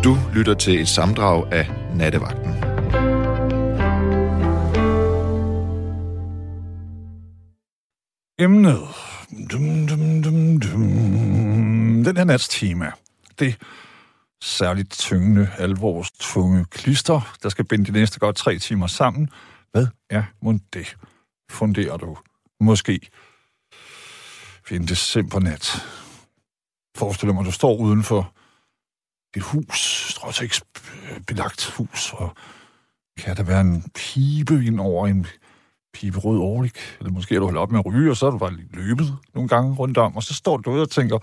Du lytter til et sammendrag af Nattevagten. Emnet. Den her nats tema. Det særligt tyngende, alvorstunge klister, der skal binde de næste godt 3 timer sammen. Hvad er mon det? Funderer du måske ved en decembernat. Forestil dig mig, du står uden for et hus, stråtæksbelagt hus, og kan der være en pibe ind over en pibe rød årlik, eller måske er du holdt op med at ryge, og så er du bare løbet nogle gange rundt om, og så står du ude og tænker,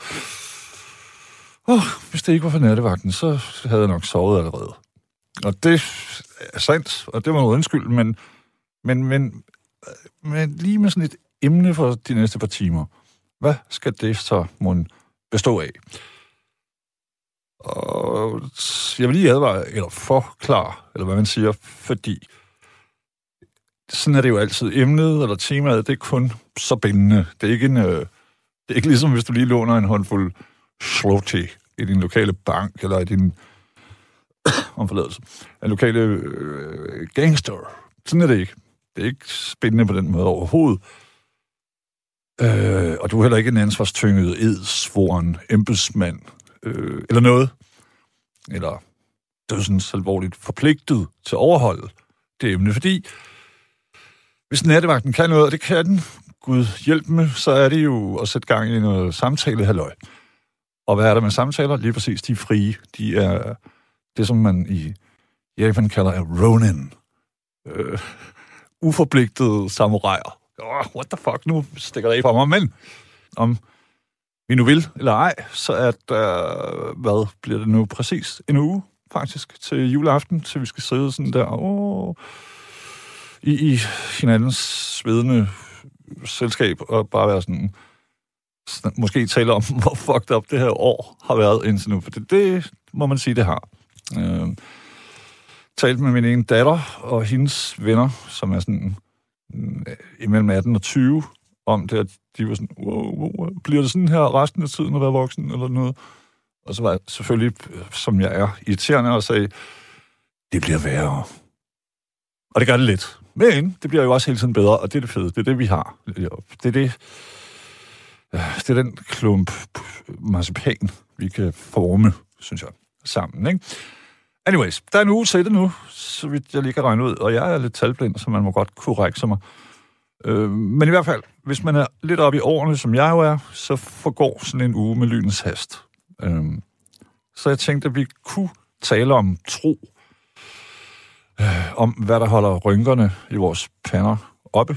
hvis det ikke var for nattevagten, så havde jeg nok sovet allerede. Og det er sandt, og det var noget undskyld, men lige med sådan et emne for de næste par timer, hvad skal det så mon bestå af? Og jeg vil lige advare, eller forklare, eller hvad man siger, fordi sådan er det jo altid. Emnet eller temaet, det er kun så bindende. Det er ikke det er ikke ligesom, hvis du lige låner en håndfuld zloty i din lokale bank, eller i din en lokale gangster. Sådan er det ikke. Det er ikke spændende på den måde overhovedet. Og du er heller ikke en ansvarstynget, edsvoren embedsmand, eller noget. Eller dødsens alvorligt forpligtet til at overholde det emne, fordi hvis nattevagten kan noget, og det kan den, Gud hjælp med, så er det jo at sætte gang i noget samtale-halløj. Og hvad er der med samtaler? Lige præcis, de er frie. De er det, som man i Japan kalder ronin. Uforpligtede samuraier. What the fuck, nu stikker det af for mig. Men om vi nu vil eller ej, så er der, hvad bliver det nu præcis? En uge, faktisk, til juleaften, til vi skal sidde sådan der i hinandens svedende selskab og bare være sådan måske tale om, hvor fucked up det her år har været indtil nu. For det må man sige, det har. Talt med min ene datter og hendes venner, som er sådan imellem 18 og 20, om det, at de var sådan, wow, bliver det sådan her resten af tiden at være voksen, eller noget? Og så var jeg selvfølgelig, som jeg er, irriterende og sagde, det bliver værre. Og det gør det lidt. Men det bliver jo også hele tiden bedre, og det er det fede. Det er det, vi har. Det er den klump marcipan, vi kan forme, synes jeg, sammen, ikke? Anyways, der er en uge til det nu, så vidt jeg lige kan regne ud, og jeg er lidt talblind, så man må godt korrekse mig. Men i hvert fald, hvis man er lidt oppe i årene, som jeg jo er, så forgår sådan en uge med lynens hast. Så jeg tænkte, at vi kunne tale om tro, om hvad der holder rynkerne i vores pander oppe,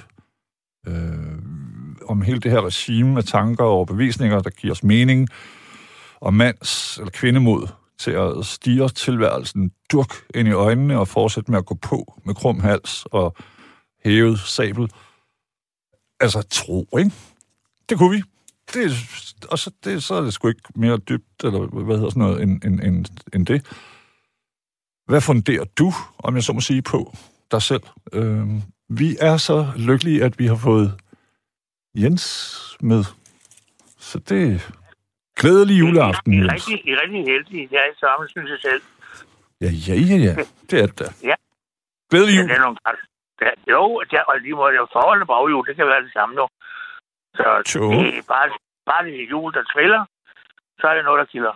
om hele det her regime af tanker og overbevisninger, der giver os mening, og mands- eller kvindemod til at stirre tilværelsen durk ind i øjnene og fortsætte med at gå på med krum hals og hævet sabel. Altså tro, ikke? Det kunne vi. Så er det sgu ikke mere dybt, eller hvad hedder sådan noget, end det. Hvad funderer du, om jeg så må sige, på dig selv? Vi er så lykkelige, at vi har fået Jens med. Så det er glædelig juleaften, Jens. I er rigtig heldige. Jeg er sammen, synes jeg selv. Ja. Det er det da. Ja. Glædelig jul. Ja, det er nogle jo, og lige må jo forhold og baghjul, det kan være det samme nu. Så det er bare det jul, der triller, så er det noget, der kilder.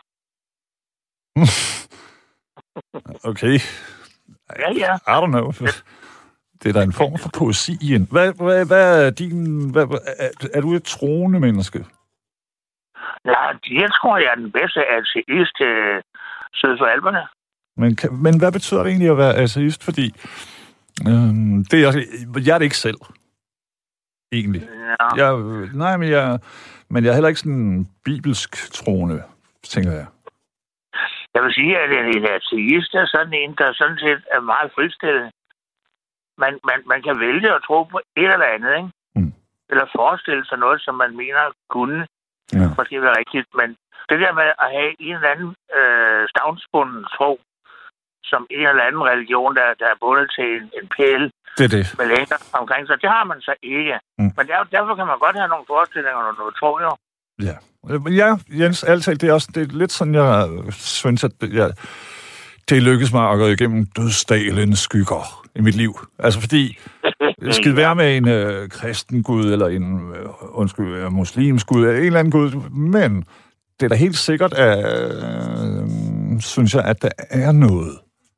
Okay. Ja. I don't know. Det er da en form for poesi igen. Hvad er din... Er du et troende menneske? Ja, jeg tror, jeg er den bedste ateist syd for Alperne. Men hvad betyder det egentlig at være ateist? Fordi det er, jeg er det ikke selv. Egentlig. Ja. Men jeg er heller ikke sådan bibelsk troende, tænker jeg. Jeg vil sige, at en ateist er sådan en, der sådan set er meget fristillet. Man kan vælge at tro på et eller andet, ikke? Mm. Eller forestille sig noget, som man mener kunne måske være rigtigt. Men det der med at have en eller anden stavnsbunden tro, som en eller anden religion, der er bundet til en pæl med længere omkring sig, det har man så ikke. Mm. Men derfor kan man godt have nogle forestillinger og noget tro, jo. Ja. Ja, Jens, altid, det er lidt sådan, jeg synes, at det lykkedes mig at gå igennem dødsdalens skygger i mit liv. Altså fordi, jeg skal være med en kristen gud, eller en muslimsk gud, eller en eller anden gud, men det er da helt sikkert, synes jeg, at der er noget.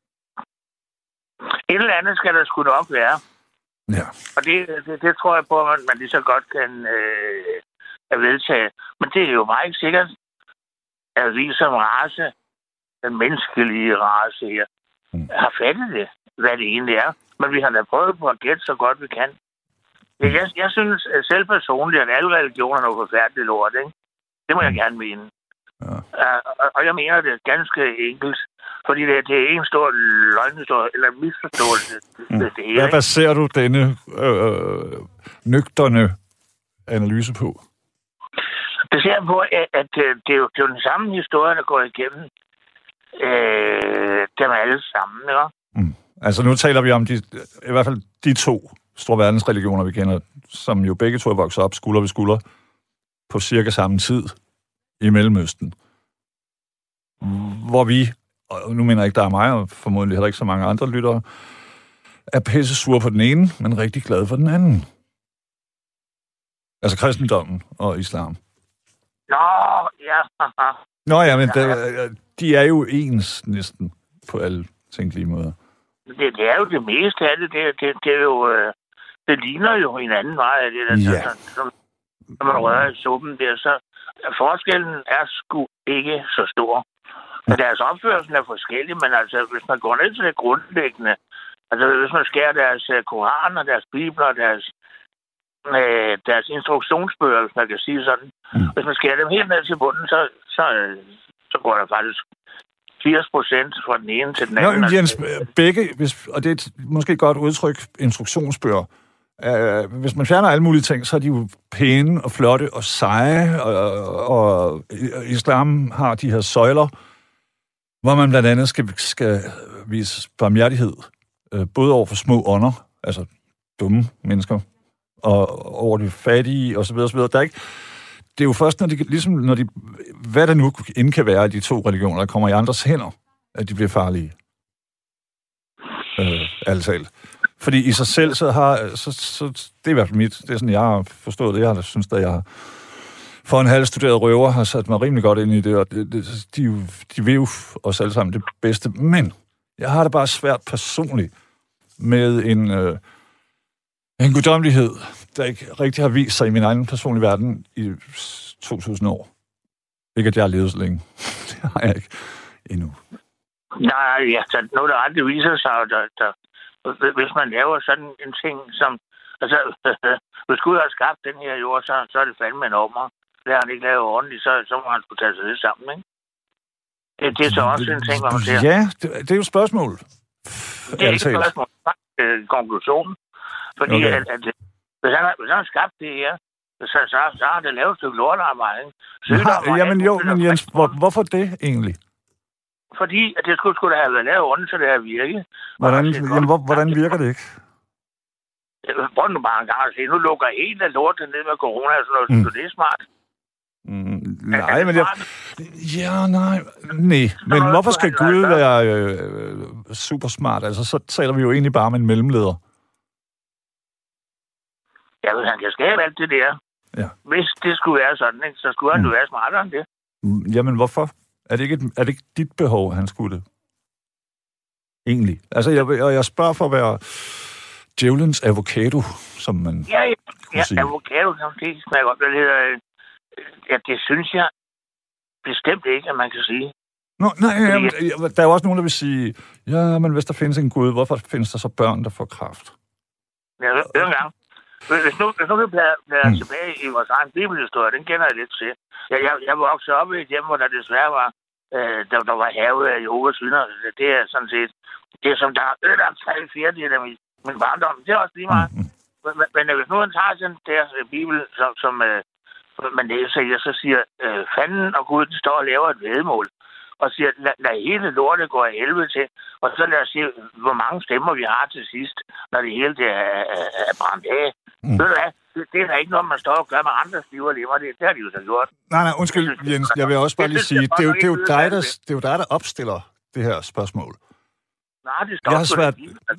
Et eller andet skal der sgu nok være. Ja. Og det tror jeg på, at man lige så godt kan vedtage. Men det er jo meget ikke sikkert, at vi som race, den menneskelige race her, har fattet det, hvad det egentlig er. Men vi har da prøvet på at gætte så godt vi kan. Jeg synes selv personligt, at alle religioner er noget forfærdeligt lort, ikke? Det må jeg gerne mene. Ja. Og jeg mener det ganske enkelt, fordi det er en stor løgnhistorie, eller misforståelse. Hvad baserer du denne nøgterne analyse på? Det ser jeg på, at det er jo den samme historie, der går igennem dem alle sammen, ikke? Altså nu taler vi om i hvert fald de to store verdensreligioner, vi kender, som jo begge to er vokset op skulder ved skulder på cirka samme tid i Mellemøsten. Hvor vi, og nu mener jeg ikke, der er mig, og formodentlig heller ikke så mange andre lyttere, er pisse sure på den ene, men rigtig glade for den anden. Altså kristendommen og islam. Nå, ja. Nå ja, men de er jo ens næsten på alle tænkelige måder. Det er jo det meste af det. Det er jo... Det ligner jo hinanden meget af det, når man rører i suppen der. Så forskellen er sgu ikke så stor. Men deres opførsel er forskellig, men altså, hvis man går ned til det grundlæggende, altså hvis man skærer deres koran og deres bibler og deres instruktionsbøger, hvis man kan sige sådan, hvis man skærer dem helt ned til bunden, så går der faktisk 80% fra den ene til den anden. Nå, Jens, begge, og det er måske et godt udtryk, instruktionsbøger. Hvis man fjerner alle mulige ting, så er de jo pæne og flotte og seje, og islam har de her søjler, hvor man blandt andet skal vise barmhjertighed, både over for små ånder, altså dumme mennesker, og over de fattige, og så videre, så videre. Det er jo først, når de, hvad der nu end kan være af de to religioner, der kommer i andres hænder, at de bliver farlige. Ærligt talt. Fordi i sig selv, så det er i hvert fald mit, det er sådan, jeg har forstået det, jeg synes, at jeg for en halvstuderet røver har sat mig rimelig godt ind i det, og de vil jo os alle sammen det bedste. Men jeg har det bare svært personligt med en guddommelighed, der ikke rigtig har vist sig i min egen personlige verden i 2000 år. Ikke, at jeg har levet så længe. Det har jeg ikke endnu. Nej, altså, noget, der aldrig viser sig, hvis man laver sådan en ting, som... Altså, hvis Gud har skabt den her jord, så er det fandme en ommer. Det har han ikke lavet ordentligt, så må han skulle tage sig det sammen, ikke? Det er så også en ting, hvor man siger... Ja, det er jo et spørgsmål. Det er ikke et spørgsmål. Konklusionen. Fordi okay. at hvis han har skabt det her, så har det lavet et stykke lortarbejde, ikke? Jamen jo, men Jens, hvorfor det egentlig? Fordi at det skulle have været lavet ordentligt, så det har virket. Hvordan virker det ikke? Prøv nu bare en gang at se. Nu lukker helt af lortet ned med corona og sådan noget. Så det er smart. Nej, men nej. Men hvorfor skal Gud være super smart? Altså, så taler vi jo egentlig bare med en mellemleder. Ja, hvis han kan skabe alt det der. Ja. Hvis det skulle være sådan, ikke, så skulle han jo være smartere end det. Jamen, hvorfor? Er det ikke dit behov, han skulle det? Egentlig. Altså, jeg spørger for at være djævelens avocado, som man kunne sige. Ja, avocado, det smager godt. Det synes jeg bestemt ikke, at man kan sige. Nej, der er jo også nogen, der vil sige, ja, men hvis der findes en Gud, hvorfor findes der så børn, der får kræft? Ja, hør en gang. Hvis nu vi bliver tilbage i vores egen bibelhistorie, den kender jeg lidt til. Jeg voksede op i et hjem, hvor der desværre var, der var have af Jehovas vidner. Det er sådan set, det som der er ødelagt 3/4 af min barndom. Det er også lige meget. Men hvis nu man tager sådan der bibel, som man læser, så siger fanden og Gud står og laver et væddemål. Og siger, lad hele lortet gå af helvede til, og så lad os se, hvor mange stemmer vi har til sidst, når det hele er brændt af. Ved du hvad? Det er da ikke noget, man står og gør med andres liv og lever. Det har de jo så gjort. Nej, undskyld, Jens. Jeg vil også bare lige sige, det er jo dig, der opstiller det her spørgsmål. Nej, det står Jeg har svært...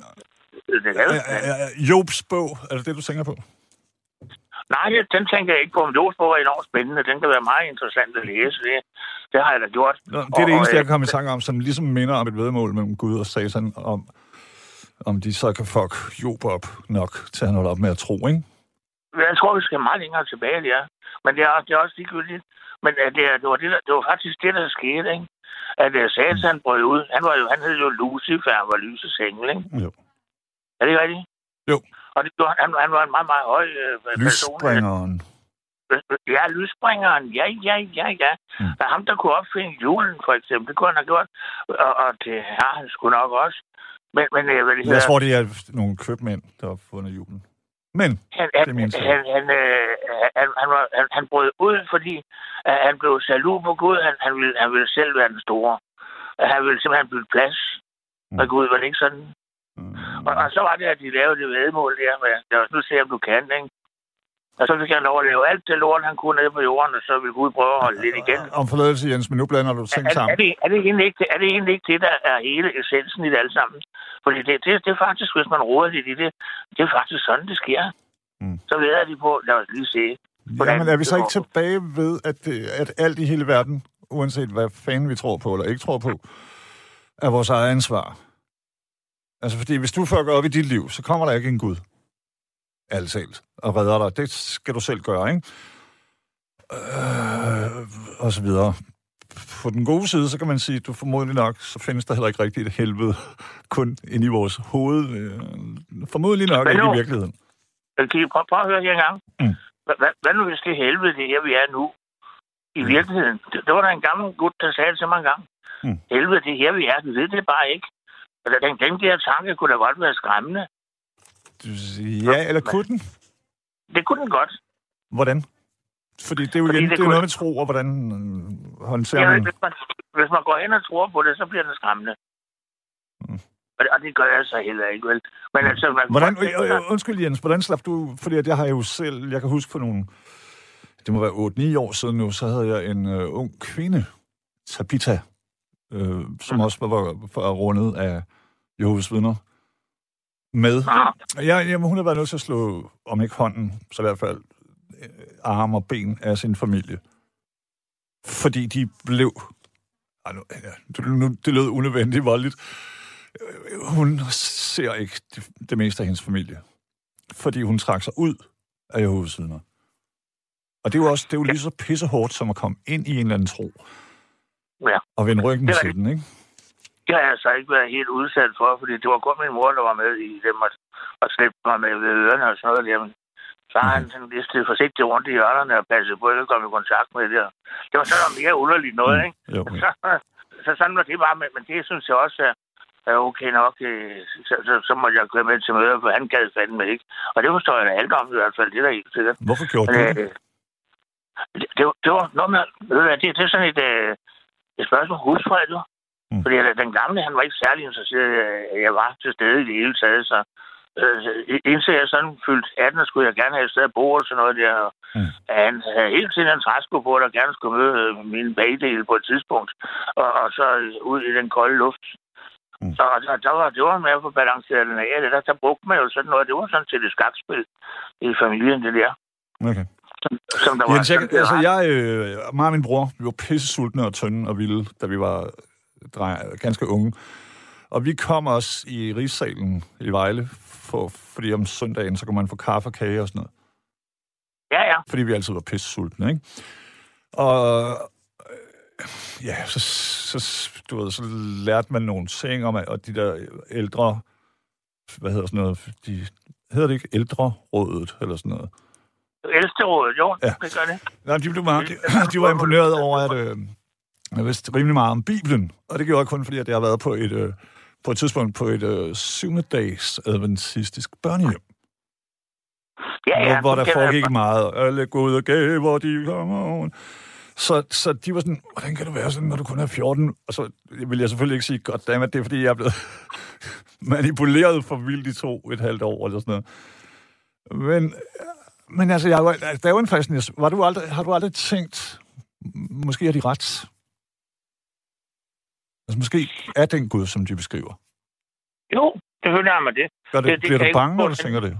det. Jobs bog, er det du tænker på? Nej, den tænker jeg ikke på, men Jobs bog er enormt spændende. Den kan være meget interessant at læse. Det har jeg da gjort. Nå, det er det eneste, jeg kan komme i tanke om, som ligesom minder om et væddemål mellem Gud og Satan, om de så kan fuck Job op nok til at han holder op med at tro, ikke? Jeg tror, vi skal meget længere tilbage, ja. Men det er også ligegyldigt. Men det var faktisk det, der skete, ikke? At Satan brød ud. Han hed jo Lucifer, han var lysets engel, ikke? Jo. Er det ikke rigtigt? Jo. Og han var en meget, meget høj person. Lysspringeren. Ja, lysspringeren. Ja. Der er ham, der kunne opfinde julen, for eksempel. Det kunne han have gjort. Og det har han sgu nok også. Men jeg tror, det er nogle købmænd, der har fundet julen. Men han brød ud, fordi han blev jaloux på Gud. Han ville selv være den store. Han ville simpelthen bytte plads med Gud. Var det ikke sådan? Og så var det, at de lavede det væddemål der. Nu ser jeg, om du kan, ikke? Og så fik han lov at lave alt det lort, han kunne nede på jorden, og så ville Gud prøve at holde lidt igen. Om forladelse, Jens, men nu blander du ting sammen. Er det egentlig ikke det, der er hele essensen i det alle sammen? Fordi det er faktisk, hvis man roder lidt i det, det er faktisk sådan, det sker. Så ved de på, lad os lige se. Jamen er vi så ikke tilbage ved, at alt i hele verden, uanset hvad fanden vi tror på eller ikke tror på, er vores eget ansvar? Altså fordi hvis du fucker op i dit liv, så kommer der ikke en Gud. Alt og redder dig. Det skal du selv gøre, ikke? Og så videre. På den gode side, så kan man sige, du formodentlig nok, så findes der heller ikke rigtigt et helvede kun inde i vores hoved. Formodentlig nok ikke i virkeligheden. Prøv at høre her engang. Hvad nu hvis det helvede, det her vi er nu? I virkeligheden. Det var der en gammel gut, der sagde det til mig en gang. Helvede, det her vi er. Vi ved det bare ikke. Den der tanke kunne da godt være skræmmende. Ja, eller kunne den? Det kunne den godt. Hvordan? Fordi det er jo igen, det er noget med tro, og hvordan håndterer man... Hvis man går hen og tror på det, så bliver det skræmmende. Og det gør jeg så heller ikke, vel? Men altså... Undskyld, Jens, hvordan slap du... Fordi at jeg har jo selv... Jeg kan huske for nogle... Det må være 8-9 år siden nu, så havde jeg en ung kvinde, Tabitha, som også var rundet af Jehovas vidner. Med. Jamen, hun har været nødt til at slå, om ikke hånden, så i hvert fald arme og ben af sin familie. Fordi de blev... Det lød unødvendigt voldeligt. Hun ser ikke det meste af hendes familie. Fordi hun trak sig ud af Jehovas vidner. Og det er jo lige så pissehårdt, som at komme ind i en eller anden tro. Ja. Og vende ryggen til den, ikke? Det har jeg så ikke været helt udsat for, fordi det var kun min mor, der var med i dem og slæbte mig med ved ørerne og sådan noget. Jamen, så har han sådan listet forsigtigt rundt i hjørnerne og passet på, at jeg kom i kontakt med det. Det var sådan noget mere underligt noget, ikke? Så sådan var det bare, men det synes jeg også er okay nok. Så må jeg køre med til møder, for han gad fandme ikke. Og det forstår jeg da alt om i hvert fald, det er da helt sikkert. Hvorfor gjorde du det? Det var noget med, det er sådan et spørgsmål husfred, du. Fordi den gamle, han var ikke særlig interesseret, jeg var til stede i det hele taget, så indtil jeg sådan fyldt 18, skulle jeg gerne have et sted at bo og sådan noget der. Han havde hele tiden en træsko på, der gerne skulle møde min bagdel på et tidspunkt, og så ud i den kolde luft. Så det var med at få balanceret den af. Der brugte man jo sådan noget, det var sådan til et skakspil i familien, det der. Okay. Som der var mig og min bror, vi var pisse sultne og tynde og vilde, da vi var ganske unge. Og vi kom også i Rigssalen i Vejle, fordi om søndagen, så kunne man få kaffe og kage og sådan noget. Ja. Fordi vi altid var pisse sultne, ikke? Og ja, så lærte man nogle ting om, og de der ældre, hvad hedder sådan noget, hedder det ikke ældrerådet, eller sådan noget? Ældsterådet, jo, ja. Det gør det. Nej, de var imponeret over, at jeg vidste rimelig meget om Bibelen, og det gjorde jeg kun, fordi at jeg har været på et tidspunkt på et 7-dages adventistisk børnehjem. Hvor der foregik meget. Alle gode gaver, de kommer. Så de var sådan, hvordan kan det være sådan, når du kun er 14? Og så vil jeg selvfølgelig ikke sige, goddammit, det er fordi, jeg er blevet manipuleret for vildt i 2,5 år, eller sådan noget. Men altså, der er jo en fascination. Har du aldrig tænkt, måske er de ret? Altså måske er den Gud, som de beskriver. Jo, det føler jeg med det. Bliver du bange, når du tænker det?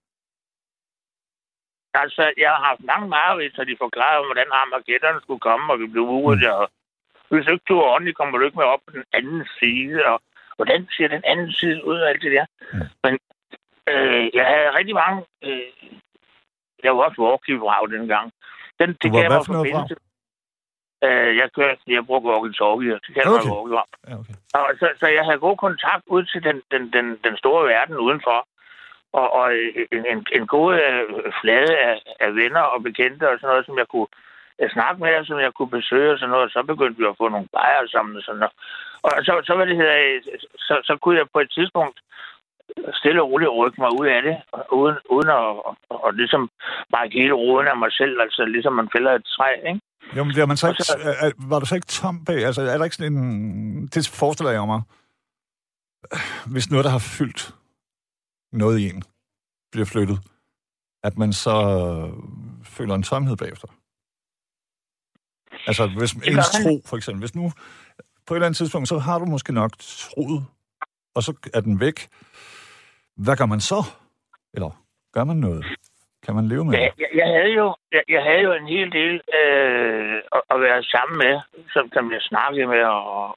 Altså, jeg har haft mange mareridt, så de forklarede, hvordan Armageddon skulle komme, og vi blev ude og hvis ikke du er ordentlig, kommer du ikke med op på den anden side, og hvordan ser den anden side ud og alt det der. Men jeg havde rigtig mange... jeg var også walkie-vrag dengang. Du var hvad for noget vrag? Jeg bruger walkie-talkie, det kalder man walkie-vrag. Ja, okay. Så jeg havde god kontakt ud til den store verden udenfor, og en god flade af venner og bekendte og sådan noget, som jeg kunne snakke med, og som jeg kunne besøge og sådan noget. Så begyndte vi at få nogle bajere sammen og sådan noget. Og så kunne jeg på et tidspunkt stille og roligt rykke mig ud af det, uden at ligesom bare hele roden af mig selv, altså ligesom man fælder et træ, ikke? Jo, men var du så ikke tom bag? Altså, er der ikke sådan en... Det forestiller jeg mig. Hvis noget, der har fyldt noget i en, bliver flyttet, at man så føler en tomhed bagefter. Altså, hvis ens tro, for eksempel. Hvis nu, på et eller andet tidspunkt, så har du måske nok troet, og så er den væk. Hvad gør man så? Eller gør man noget? Kan man leve med det? Jeg havde jo en hel del at være sammen med, som jeg snakkede med,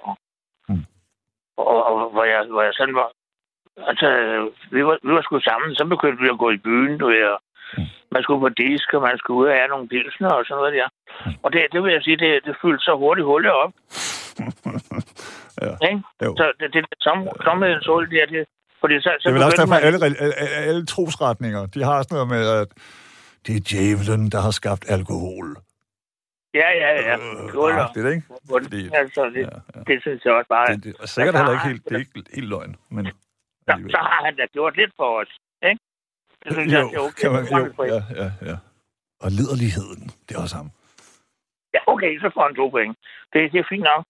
og hvor jeg sådan var... Altså, vi var sgu sammen, så begyndte vi at gå i byen, man skulle på disk, og man skulle ud og have nogle pilsner og sådan noget der. Og det vil jeg sige, det fyldte så hurtigt hullet op. Ja. Så det tomhedens hul der, det... Fordi så det er vel også derfor, alle trosretninger, de har sådan noget med, at det er djævlen, der har skabt alkohol. Ja. Det er ikke? Fordi, det synes jeg også bare... Det er sikkert heller ikke helt, det er ikke helt løgn, men... Så har han da gjort lidt for os, ikke? Det synes jeg, det er okay. Ja. Og liderligheden, det er også ham. Ja, okay, så får han 2 point. Det er fint nok.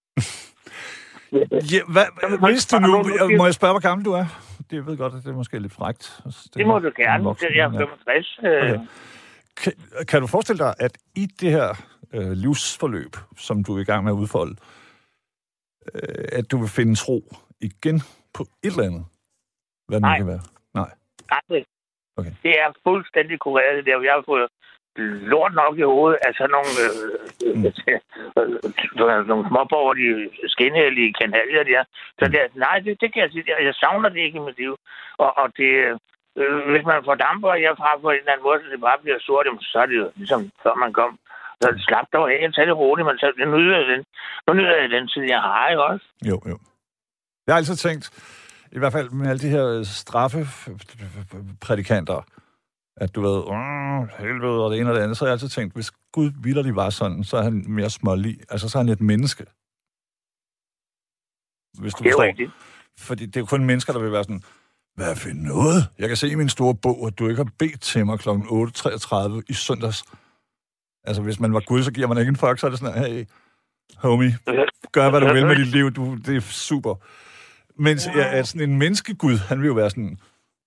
Hvis du nu... Må jeg spørge, hvor gammel du er? Jeg ved godt, at det er måske lidt frækt. Det må du gerne. Jeg er 65. Okay. Kan du forestille dig, at i det her livsforløb, som du er i gang med at udfolde, at du vil finde tro igen på et eller andet? Hvad det kan være? Nej. Aldrig. Okay. Det er fuldstændig korrekt, det der. Jeg har fået lort nok i hovedet af sådan nogle småborgerlige, skinhellige kanalier der. Så det kan jeg sige. Jeg savner det ikke i mit liv. Og det, hvis man får damper herfra på en eller anden måde, så det bare bliver sort, så er det jo ligesom før man kom. Så slap dog af, tag det roligt, men så nu nyder jeg den tid, jeg har, ikke også? Jo. Jeg har altid tænkt, i hvert fald med alle de her straffeprædikanter, at du ved, helvede og det ene og det andet, så har jeg altid tænkt, hvis Gud vitterlig var sådan, så er han mere smålig. Altså, så er han et menneske. Hvis du forstår. Rigtigt. Fordi det er jo kun mennesker, der vil være sådan, hvad for noget? Jeg kan se i min store bog, at du ikke har bedt til mig kl. 8.33 i søndags. Altså, hvis man var Gud, så giver man ikke en fuck, så er det sådan, hey, homie, gør hvad du vil med dit liv, det er super. Mens sådan en menneskegud, han vil jo være sådan,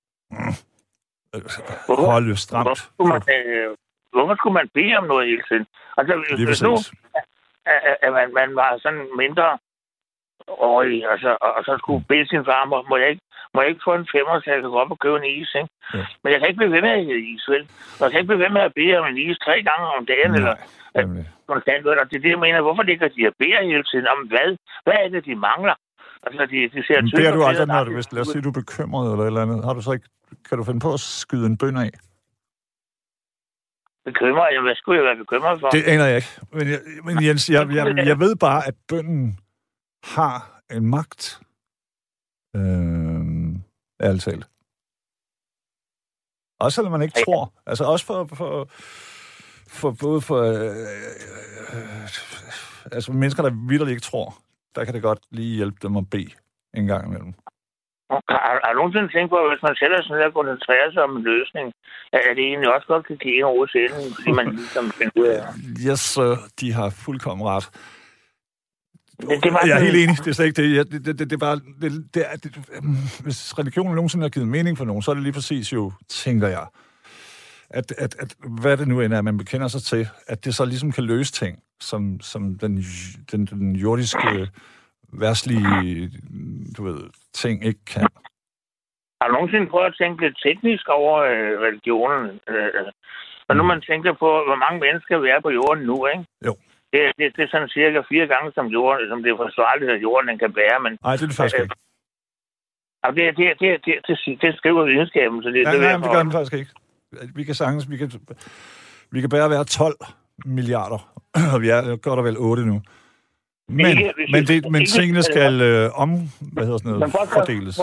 holde stramt. Hvorfor skulle man bede om noget hele tiden? Altså, hvis nu, at man var sådan mindre årig, og så skulle bede sin far, må jeg ikke få en 5'er, så jeg kan gå op og købe en is, ikke? Ja. Men jeg kan ikke blive ved med at have is, vel? Og jeg kan ikke blive ved med at bede om en is 3 gange om dagen, eller konstant. Og det er det, jeg mener. Hvorfor ligger de at bede hele tiden om hvad? Hvad er det, de mangler? Altså, de ser tydeligt... Beder du aldrig, når lad os sige, du er bekymret eller et eller andet? Har du så ikke... Kan du finde på at skyde en bøn af? Bekymret? Hvad skulle jeg være bekymret for? Det aner jeg ikke. Men Jens, jeg ved bare, at bønnen har en magt. Ærligt talt. Også selvom man ikke tror. Altså også for både for altså mennesker, der vitterligt ikke tror, der kan det godt lige hjælpe dem at bede en gang imellem. Har du nogensinde tænkt på, at hvis man sætter sådan der og koncentrerer sig om en løsning, at det egentlig også godt kan give en over sjælen, fordi man ligesom finder ud af det? Yes, de har fuldkommen ret. Jeg er helt enig, det er slet ikke det. Det er bare... hvis religionen nogensinde har givet mening for nogen, så er det lige præcis jo, tænker jeg, at hvad det nu end er, man bekender sig til, at det så ligesom kan løse ting, som den jordiske værslige, ting ikke kan. Har du nogensinde prøvet at tænke lidt teknisk over religionen? Og nu man tænker på, hvor mange mennesker vi er på jorden nu, ikke? Jo. Det er sådan cirka 4 gange som jorden, som det er forsvarligt, at jorden den kan bære. Men nej, det er det faktisk ikke. Det skriver videnskaben. Så det gør den faktisk ikke. Vi kan sagtens, vi kan bære være 12 milliarder, og vi er godt og vel 8 nu. Men tingene skal fordeles.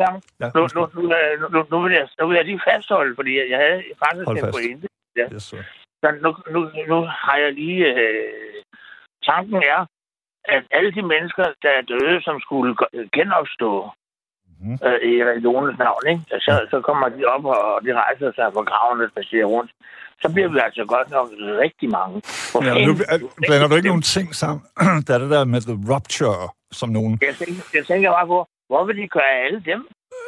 Nu vil jeg lige fastholde, fordi jeg havde faktisk en pointe. Ja. Yes, så nu har jeg lige... tanken er, at alle de mennesker, der er døde, som skulle genopstå i religionens navn, ikke? Så kommer de op, og de rejser sig på graven og spacerer rundt. Så bliver vi altså godt nok rigtig mange. Nu blander du ikke nogen ting sammen? Der er det der med the rupture, som nogen... Jeg tænker bare på, hvor vil de gøre alle dem?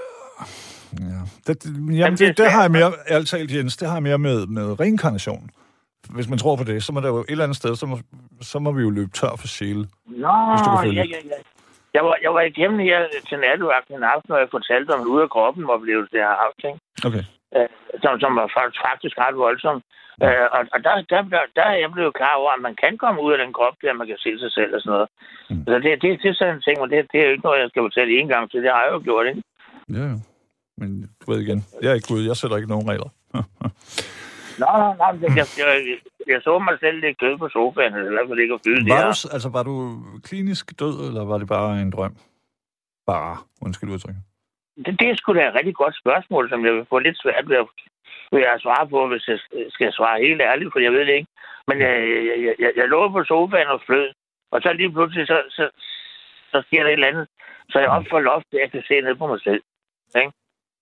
Ja. Det har jeg mere, ærligt talt, Jens, det har jeg mere med reinkarnation. Hvis man tror på det, så må der jo et eller andet sted, så må vi jo løbe tør for sjæle. Nå, ja. Jeg var igennem her til nattevagten en aften, og jeg fortalte om ud af kroppen oplevelse, jeg har haft, ikke? Okay. Som var faktisk ret voldsomt. Og der er jeg blevet klar over, at man kan komme ud af den krop, der man kan se sig selv og sådan noget. Så det er sådan en ting, og det er jo ikke noget, jeg skal fortælle en gang til. Det har jeg jo gjort, ikke? Ja. Men du ved igen, jeg er ikke Gud, jeg sætter ikke nogen regler. Nå, jeg så mig selv lidt kød på sofaen, eller i hvert fald ikke at fylde det. Var du klinisk død, eller var det bare en drøm? Undskyld udtrykket. Det er sgu da et rigtig godt spørgsmål, som jeg vil få lidt svært ved at svare på, hvis jeg skal svare helt ærligt, for jeg ved det ikke. Men jeg lå på sofaen og flød, og så lige pludselig, så sker der et eller andet. Så jeg op for loftet, jeg kan se ned på mig selv. Ikke?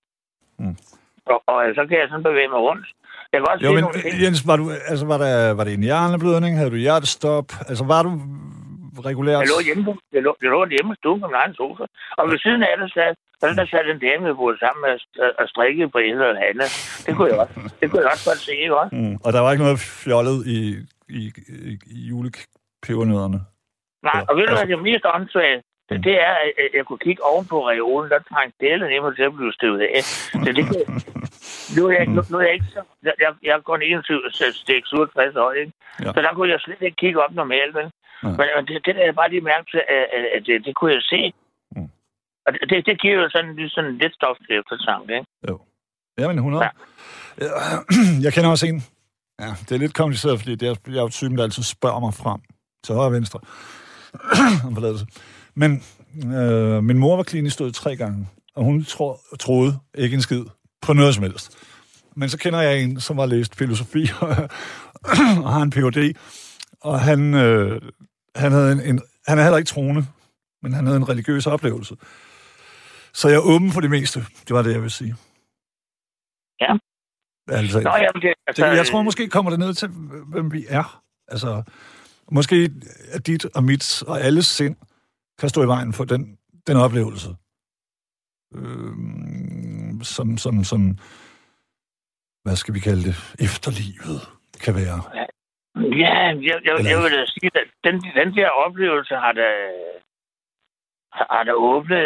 Og så kan jeg sådan bevæge mig rundt. Jens, var det en hjerneblødning? Havde du hjertestop? Altså, var du regulært? Jeg lå hjemme i stuen på min egen sofa. Og ved siden af der sad en dame, der boede sammen med at strikke på Ede og Hanne. Det kunne jeg også godt se, ikke også? Og der var ikke noget fjollet i julepebernødderne? Nej, og ved du, hvad det er mest åndssvagt? Det er, at jeg kunne kigge oven på reolen, der trængte delen nemlig til at blive støvet af. Så det kan... Nu er jeg ikke så... Jeg går 67 år, ikke? Ja. Så der kunne jeg slet ikke kigge op normalt, vel? Ja. Men det der jeg bare lige mærke til, at det kunne jeg se. Og det giver jo sådan lidt stof til eftertanke, ikke? Jo. Jamen, 100. Ja. Jeg kender også en. Ja, det er lidt kompliceret, fordi jeg er jo typen, der altid spørger mig frem til højre og venstre. Om forladelse. Men min mor var klinisk død 3 gange, og hun troede ikke en skid på noget som helst. Men så kender jeg en, som har læst filosofi og har en Ph.D., og han er heller ikke troende, men han havde en religiøs oplevelse. Så jeg er åben for det meste. Det var det, jeg vil sige. Ja. Altså, jeg tror måske kommer det ned til, hvem vi er. Altså, måske at dit og mit og alles sind kan stå i vejen for den oplevelse. Som hvad skal vi kalde det? Efterlivet kan være. Ja, jeg vil da sige, at den der oplevelse har der åbnet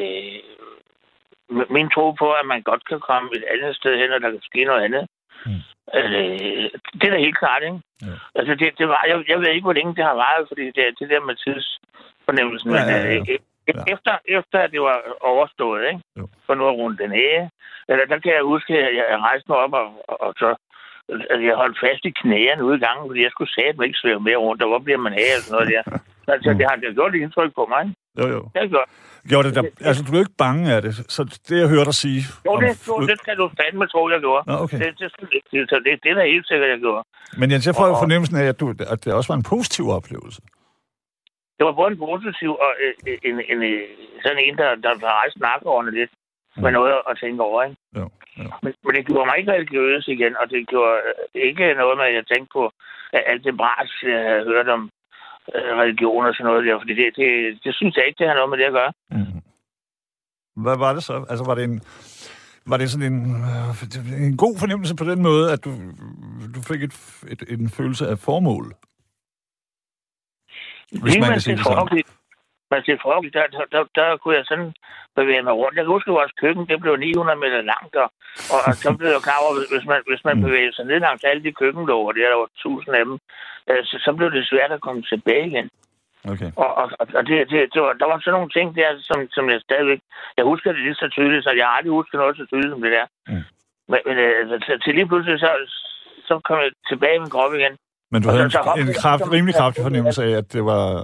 min tro på, at man godt kan komme et andet sted hen, og der kan ske noget andet. Det er da helt klart, ikke? Ja. Altså, det var, jeg ved ikke, hvor længe det har varet, fordi det der med tidsfornemmelsen. Ja. Efter at det var overstået, ikke? Jo. For nu at runde den af. Der kan jeg huske, at jeg rejste mig op, og så jeg holdt fast i knæene ude i gangen, fordi jeg skulle sige, at man ikke svæve mere rundt, og hvor bliver man af, og sådan noget der. Altså, det har gjort et indtryk på mig. Jo. Det har gjort. Gjorde det der, altså, du er ikke bange af det, så det, jeg hørte dig sige... Det skal du fandme tro, jeg gjorde. Nå, okay. Det er da helt sikkert, jeg gjorde. Men Jens, jeg får jo fornemmelsen af, at det også var en positiv oplevelse. Det var både en positiv og sådan en, der har rejst nakkeårene lidt med noget at tænke over, ikke? Jo. Men det gjorde mig ikke religiøs igen, og det gjorde ikke noget med, at jeg tænkte på alt det bras, jeg havde hørt om religion og sådan noget der, fordi det synes jeg ikke, det har noget med det at gøre. Hvad var det så? Altså, var det sådan en god fornemmelse på den måde, at du fik en følelse af formål? Hvis man kan sige det sådan. Men til frokost, der kunne jeg sådan bevæge mig rundt. Jeg kan huske, at vores køkken, det blev 900 meter langt, og så blev jeg klar over, hvis man bevæger sig ned langs alle de køkkenlåger, der var 1000 af dem, så blev det svært at komme tilbage igen. Okay. Og der var sådan nogle ting der, som jeg stadigvæk... Jeg husker det lige så tydeligt, så jeg har aldrig husket noget så tydeligt som det der. Men til lige pludselig, så kom jeg tilbage i min krop igen. Men du havde en rimelig kraftig fornemmelse af, at det var...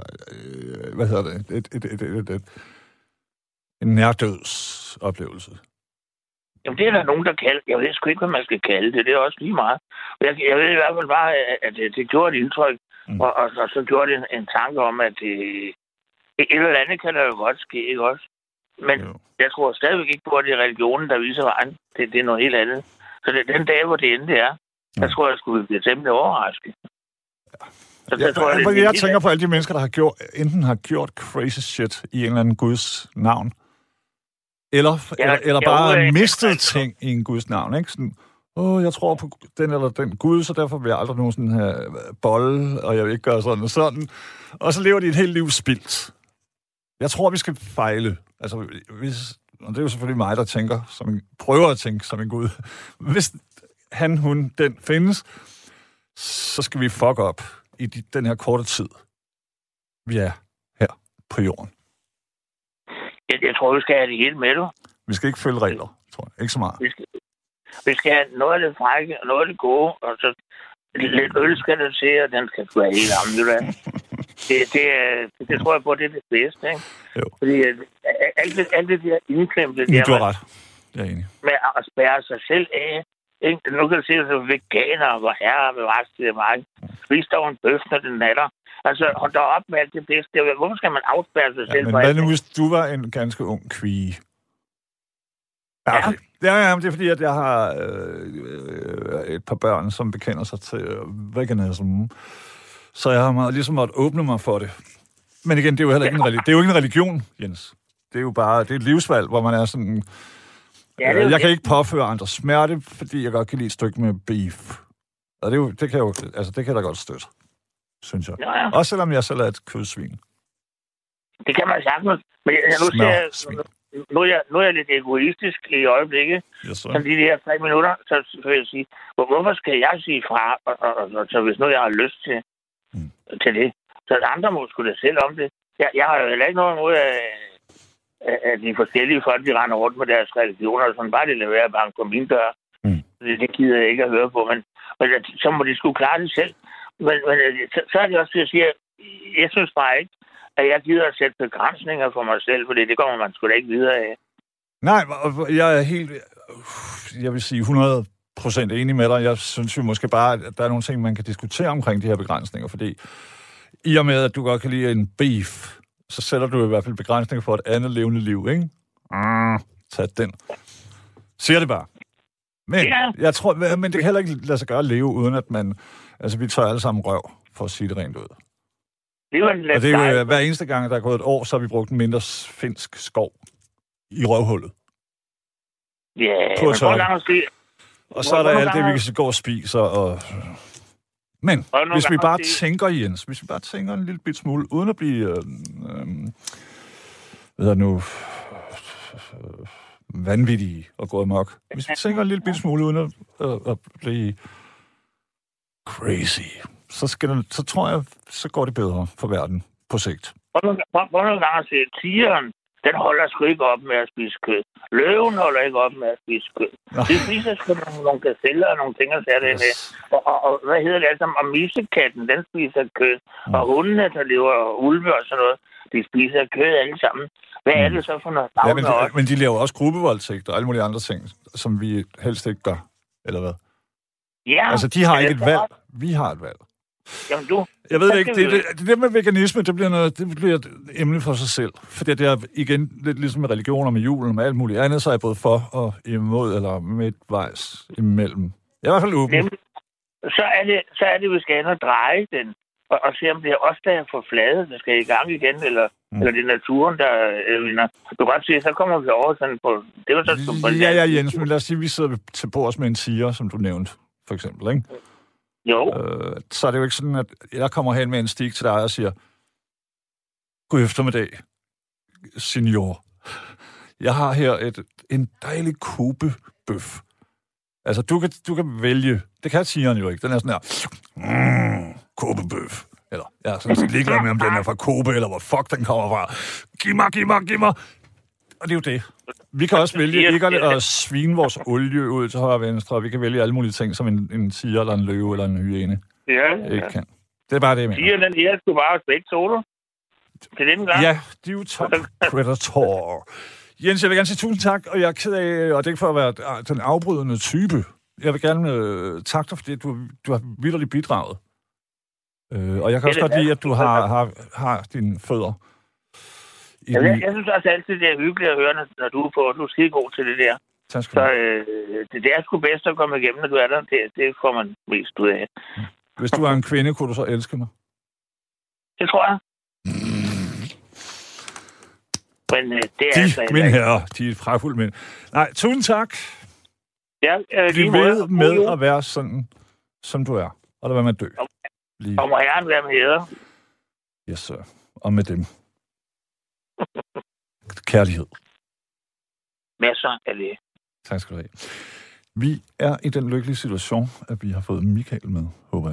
en nærdødsoplevelse. Jamen, det er der nogen, der kalder... Jeg ved sgu ikke, hvad man skal kalde det. Det er også lige meget. Jeg ved i hvert fald bare, at det gjorde et indtryk. Og så gjorde det en tanke om, at et eller andet kan der jo godt ske, ikke også? Men jeg tror stadigvæk ikke på, at det er religionen, der viser vejen. Det er noget helt andet. Så det er den dag, hvor det endte er. Jeg tror, jeg skulle blive temmelig overrasket. Jeg tænker på alle de mennesker, der enten har gjort crazy shit i en eller anden guds navn, eller bare mistet ting i en guds navn, ikke? Sådan, jeg tror på den eller den gud, så derfor vil jeg aldrig nogensinde have bolle, og jeg vil ikke gøre sådan og sådan. Og så lever de et helt liv spildt. Jeg tror, vi skal fejle. Altså, og det er jo selvfølgelig mig, der prøver at tænke som en gud. Hvis den findes, så skal vi fuck op i den her korte tid, vi er her på jorden. Jeg tror, vi skal have det hele med, du. Vi skal ikke følge regler, tror jeg. Ikke så meget. Vi skal have noget af det frække, og noget af det gode, og så lidt øl skal der til, og den skal være helt ambulant. Det tror jeg på, det er det bedste, ikke? Jo. Fordi alt det der indklemte... Du har ret. Jeg er enig. Med at spærre sig selv af. Ikke? Nu kan du se, at veganer, hvor herre med resten af mig. Spis dog en bøf, når den natter. Altså, hold da op med alt det bedste. Hvorfor skal man afspærre sig selv? Men hvad nu, hvis du var en ganske ung kvige? Okay. Ja, det er fordi, at jeg har et par børn, som bekender sig til veganism. Så jeg har ligesom måttet åbne mig for det. Men igen, det er jo heller ikke en religion, Jens. Det er jo bare et livsvalg, hvor man er sådan... jeg kan ikke påføre andre smerte, fordi jeg godt kan lide et stykke med beef. Og det kan da godt støtte, synes jeg. Ja. Også selvom jeg selv er et kødsvin. Det kan man sagtens. Men nu er jeg lidt egoistisk i øjeblikket. Yes, så de her 3 minutter, så vil jeg sige, hvorfor skal jeg sige fra, så hvis nu jeg har lyst til det, så andre må sgu da selv om det. Jeg har jo heller ikke noget imod af de forskellige folk, de render rundt med deres religioner, og sådan bare det lader være at banke på min dør. Det gider jeg ikke at høre på, men så må de sgu klare det selv. Men så er det også til at sige, at jeg synes bare ikke, at jeg gider at sætte begrænsninger for mig selv, fordi det kommer man sgu da ikke videre af. Nej, jeg er helt, jeg vil sige 100% enig med dig. Jeg synes jo måske bare, at der er nogle ting, man kan diskutere omkring de her begrænsninger, fordi i og med, at du godt kan lide en beef, så sætter du i hvert fald begrænsninger for et andet levende liv, ikke? Tag den. Siger det bare. Men jeg tror, men det kan heller ikke lade sig gøre at leve, uden at man... Altså, vi tager alle sammen røv, for at sige det rent ud. Og det er jo hver eneste gang, der er gået et år, så har vi brugt en mindre finsk skov i røvhullet. Og så er der alt det, vi kan gå og spise. Men hvis vi bare tænker, Jens, hvis vi bare tænker en lille bit smule, uden at blive vanvittige og gå amok. Hvis vi tænker en lille bit smule, uden at blive crazy, så tror jeg, så går det bedre for verden på sigt. Hvor nogle gange siger tigeren, den holder sgu ikke op med at spise kød. Løven holder ikke op med at spise kød. Det spiser sgu nogle gazeller og nogle ting, og så er det med. Og hvad hedder det altså? Og misekatten, den spiser kød. Og hundene, der lever ulve og sådan noget, de spiser kød alle sammen. Hvad er det så for noget? Men de laver også gruppevoldtægt og alle mulige andre ting, som vi helst ikke gør. Eller hvad? Ja. Altså, de har ikke et valg. Vi har et valg. Jamen, jeg ved det ikke. Det med veganisme, det bliver et emne for sig selv. For det er igen lidt ligesom med religioner, med julen og med alt muligt andet, så er jeg både for og imod, eller midtvejs imellem. Jeg er i hvert fald åben. Jamen, så er det, vi skal ind og dreje den, og se, om det er os, der er for flade, der skal i gang igen, eller det er naturen, der vinder. Du kan godt se, så kommer vi over sådan på... Det var sådan, ja, Jens, men lad os sige, at vi sidder til bords med en tiger, som du nævnte, for eksempel, ikke? Jo. Så er det jo ikke sådan, at jeg kommer hen med en stik til dig og siger, god eftermiddag, senior. Jeg har her en dejlig Kobe-bøf. Altså, du kan vælge. Det kan tigeren jo ikke. Den er sådan her. Kobe-bøf. Eller, jeg er sådan set ligeglad med, om den er fra Kobe, eller hvor fuck den kommer fra. Giv mig. Og det er jo det. Vi kan også vælge ikke at svine vores olie ud til højre og venstre, og vi kan vælge alle mulige ting, som en tiger, eller en løve, eller en hyæne. Ja. Ikke kan. Det er bare det, jeg mener. Tigeren, den her skulle bare begge solo. Til den gang. Ja, de er jo top predator. Jens, jeg vil gerne sige tusind tak, og jeg er ked af, og det er ikke for at være den afbrydende type. Jeg vil gerne takke dig, fordi du har vitterligt bidraget. Og jeg kan også godt lide, at du har dine fødder. Jeg synes også altid, det er hyggeligt at høre, når du er på. Du er skide god til det der. Tak skal du have. Så det er sgu bedst at komme igennem, når du er der. Det får man mest ud af. Hvis du er en kvinde, kunne du så elske mig? Det tror jeg. Men det er altså... Mine herrer, de er frafulde mænd. Nej, tusind tak. Ja, bliv ved med at være sådan, som du er. Og lad være med at dø. Og må herren være med jer. Yes, sir. Og med dem. Kærlighed. Masser af det. Tak skal du have. Vi er i den lykkelige situation, at vi har fået Michael med, håber jeg.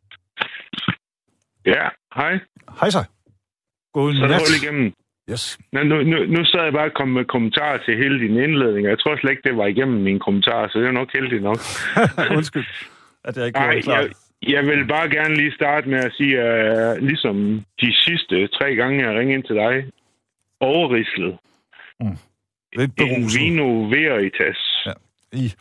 Ja, hej. Hej så. God nat. Så hold igennem. Yes. Nu sad jeg bare og kom med kommentarer til hele din indledning. Jeg tror slet ikke, det var igennem mine kommentarer, så det er nok heldigt nok. Undskyld, at jeg ikke gjorde det klart. Jeg vil bare gerne lige starte med at sige, at ligesom de sidste 3 gange, jeg ringede ind til dig, overrislet. Lidt beruset. En vino veritas. Ja. I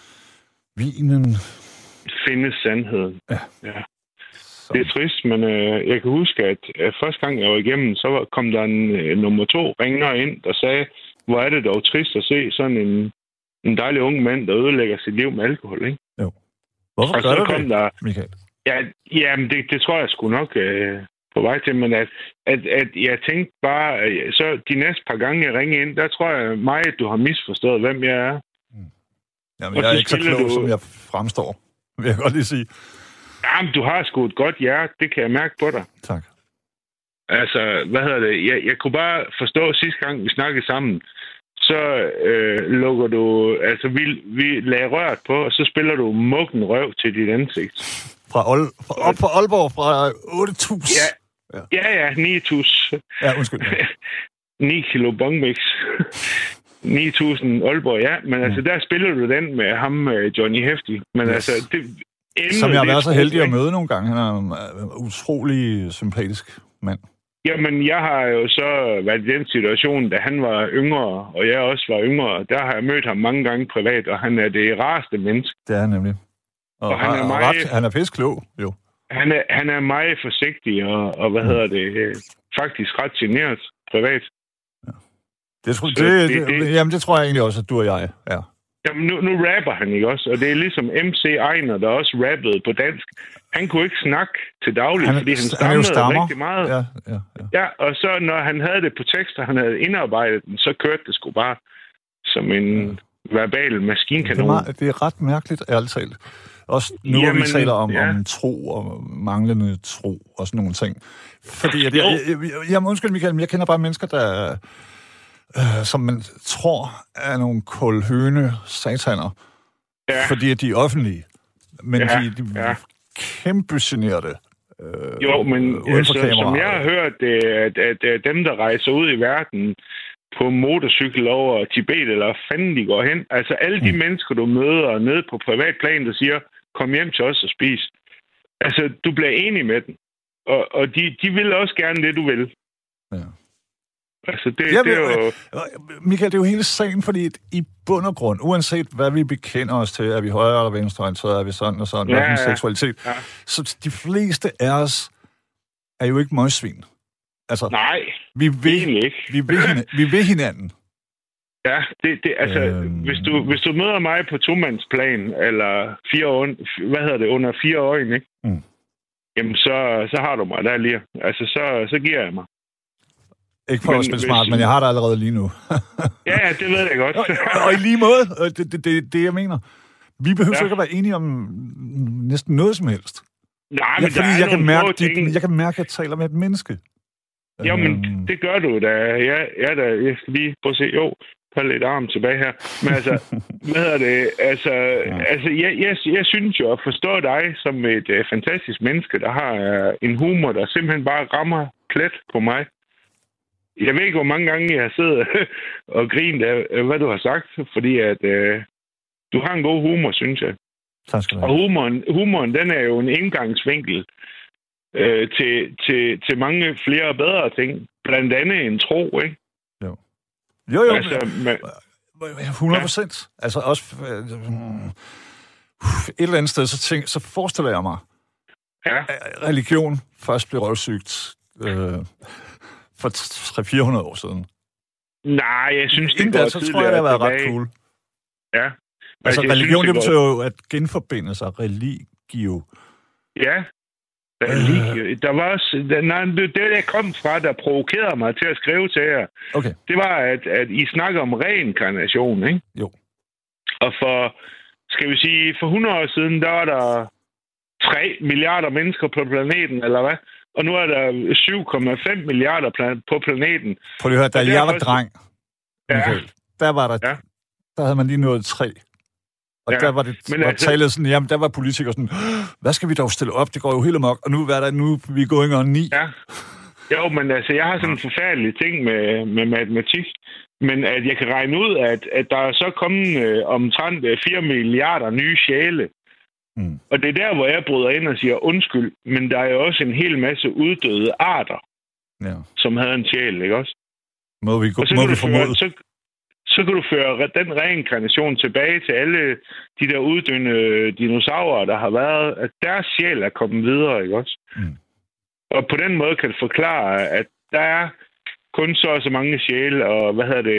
vinen findes sandheden. Ja. Det er trist, men jeg kan huske, at første gang jeg var igennem, så kom der en nummer 2 ringer ind, der sagde, hvor er det dog trist at se sådan en dejlig ung mand, der ødelægger sit liv med alkohol, ikke? Jo. Hvorfor gør du det, Michael? Ja, men det tror jeg sgu nok på vej til, men at jeg tænkte bare, så de næste par gange, jeg ringer ind, der tror jeg meget, at du har misforstået, hvem jeg er. Jamen, jeg er ikke så klog, som jeg fremstår, vil jeg godt lige sige. Jamen, du har sgu et godt hjerte, det kan jeg mærke på dig. Tak. Altså, jeg kunne bare forstå sidste gang, vi snakkede sammen, så lukker du, altså vi lagde røret på, og så spiller du muggen røv til dit ansigt. Op på Aalborg fra 8.000. Ja, 9.000. Ja, undskyld. 9 kilo bongmix. 9.000 Aalborg, ja. Men altså, der spiller du den med ham, Johnny Hefti. Men altså, det... Som jeg har været så heldig at møde nogle gange. Han er en utrolig sympatisk mand. Jamen, jeg har jo så været i den situation, da han var yngre, og jeg også var yngre. Der har jeg mødt ham mange gange privat, og han er det rareste menneske. Det er han nemlig. Og han er pisklog, jo. Han er meget forsigtig, og faktisk ret generet privat. Ja. Det tror jeg egentlig også, at du og jeg er. Jamen, nu rapper han ikke også, og det er ligesom MC Ejner, der også rappede på dansk. Han kunne ikke snakke til daglig, fordi han stammede rigtig meget. Ja, og så når han havde det på tekst, og han havde indarbejdet den, så kørte det sgu bare som en verbal maskinkanon. Det er ret mærkeligt, ærligt talt. Også nu, hvor vi taler om tro og manglende tro og sådan nogle ting. Fordi undskyld, Michael, men jeg kender bare mennesker, der... som man tror er nogle kulhøne sataner, fordi de er offentlige. Men de er kæmpe generede. Jo, men som jeg har hørt, at dem, der rejser ud i verden på motorcykel over Tibet, eller fanden de går hen, altså alle de mennesker, du møder nede på privatplan, der siger, kom hjem til os og spis. Altså, du bliver enig med dem. Og de vil også gerne det, du vil. Ja. Altså, det er jo... Michael, det er jo hele sagen, fordi i bund og grund, uanset hvad vi bekender os til, er vi højre eller venstreorienteret, er vi sådan og sådan, hvad for en seksualitet, så de fleste af os er jo ikke møgsvin. Altså, nej, vi vil hinanden. Ja, hvis du møder mig på tomandsplan, eller under 4 øjne, ikke? Jamen, så har du mig der lige. Altså, så giver jeg mig. Ikke for at spille smart, men jeg har det allerede lige nu. Ja, det ved jeg godt. og i lige måde, det jeg mener. Vi behøver ikke at være enige om næsten noget som helst. Nej, men fordi jeg kan mærke, at jeg taler med et menneske. Jamen, det gør du da. Jeg skal lige prøve at se. Jo, der er lidt arm tilbage her. Men altså, hvad hedder det? Altså jeg synes jo at forstå dig som et fantastisk menneske, der har en humor, der simpelthen bare rammer plet på mig. Jeg ved ikke, hvor mange gange jeg har siddet og grint af, hvad du har sagt, fordi at du har en god humor, synes jeg. Tak skal du have. Og humoren, den er jo en indgangsvinkel til mange flere og bedre ting. Blandt andet en tro, ikke? Jo. Altså, 100%. Ja. Altså også et eller andet sted, så forestiller jeg mig, at religion først blev røvsygt for 300-400 år siden. Nej, jeg synes, det går så tror jeg, det har været ret cool. Ja. Altså religion, det betyder jo at genforbinde sig. Religio. Ja. Der var også... Det, der kom fra, der provokerede mig til at skrive til jer, okay. Det var, at I snakker om reinkarnation, ikke? Jo. Og for 100 år siden, der var der 3 milliarder mennesker på planeten, eller hvad? Og nu er der 7,5 milliarder på planeten. Prøv lige at høre, da jeg var dreng, Michael, der havde man lige nået 3. Og der var det talet sådan, jamen der var politikere sådan, hvad skal vi dog stille op? Det går jo helt amok, og nu er vi going on 9. Ja. Jo, men altså, jeg har sådan en forfærdelig ting med matematik, men at jeg kan regne ud, at der er så kommet omtrent 4 milliarder nye sjæle. Mm. Og det er der, hvor jeg bryder ind og siger undskyld, men der er jo også en hel masse uddøde arter, som havde en sjæl, ikke også? Må vi formode? Så kan du føre den reinkarnation tilbage til alle de der uddøende dinosaurer, der har været, at deres sjæl er kommet videre, ikke også? Mm. Og på den måde kan det forklare, at der er kun så mange sjæle, og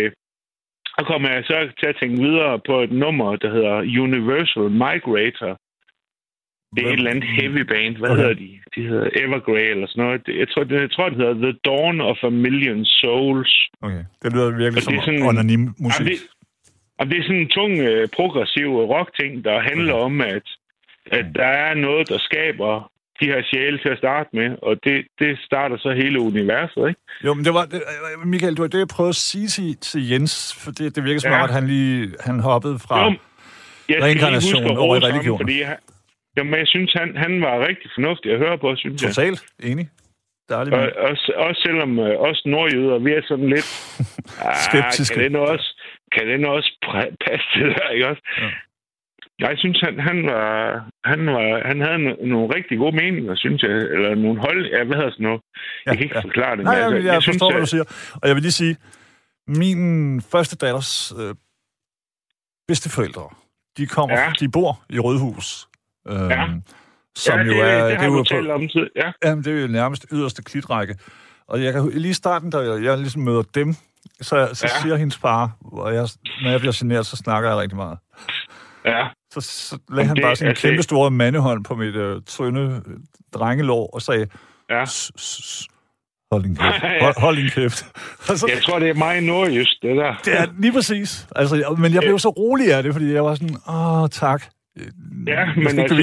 og kommer jeg så til at tænke videre på et nummer, der hedder Universal Migrator. Det er et eller andet heavy band. Hvad hedder de? De hedder Evergrey eller sådan noget. Jeg tror, det hedder The Dawn of a Million Souls. Okay, det lyder virkelig som anonym musik. Det er sådan en tung, progressiv rock-ting, der handler om, at der er noget, der skaber de her sjæle til at starte med, og det starter så hele universet, ikke? Jo, men Michael, det var det, jeg prøvede at sige til Jens, for det virker som om, at han hoppede fra reinkarnation over i religion. Jamen, jeg synes, han var rigtig fornuftig at høre på, synes jeg. Totalt enig. Også selvom os nordjyder, vi er sådan lidt skeptiske. Kan det nu også passe det der, ikke også? Ja. Jeg synes, han havde nogle rigtig gode meninger, synes jeg. Eller nogle hvad hedder sådan noget? Jeg kan ikke forklare det. Nej, jeg forstår, hvad du siger. Og jeg vil lige sige, min første datters bedsteforældre, de bor i Rødhus. Som jo er... Det har du talt om tid, ja. Jamen, det er jo nærmest yderste klitrække. Og jeg kan lige i starten, da jeg ligesom møder dem, så siger hendes far, når jeg bliver generet, så snakker jeg rigtig meget. Ja. Så lagde han bare sådan en kæmpe store mandehånd på mit tynde drengelår og sagde, hold din kæft. Hold din kæft. Altså, jeg tror, det er meget nordjysk, det der. Det er lige præcis. Altså, men jeg blev så rolig af det, fordi jeg var sådan, tak. Ja, men altså,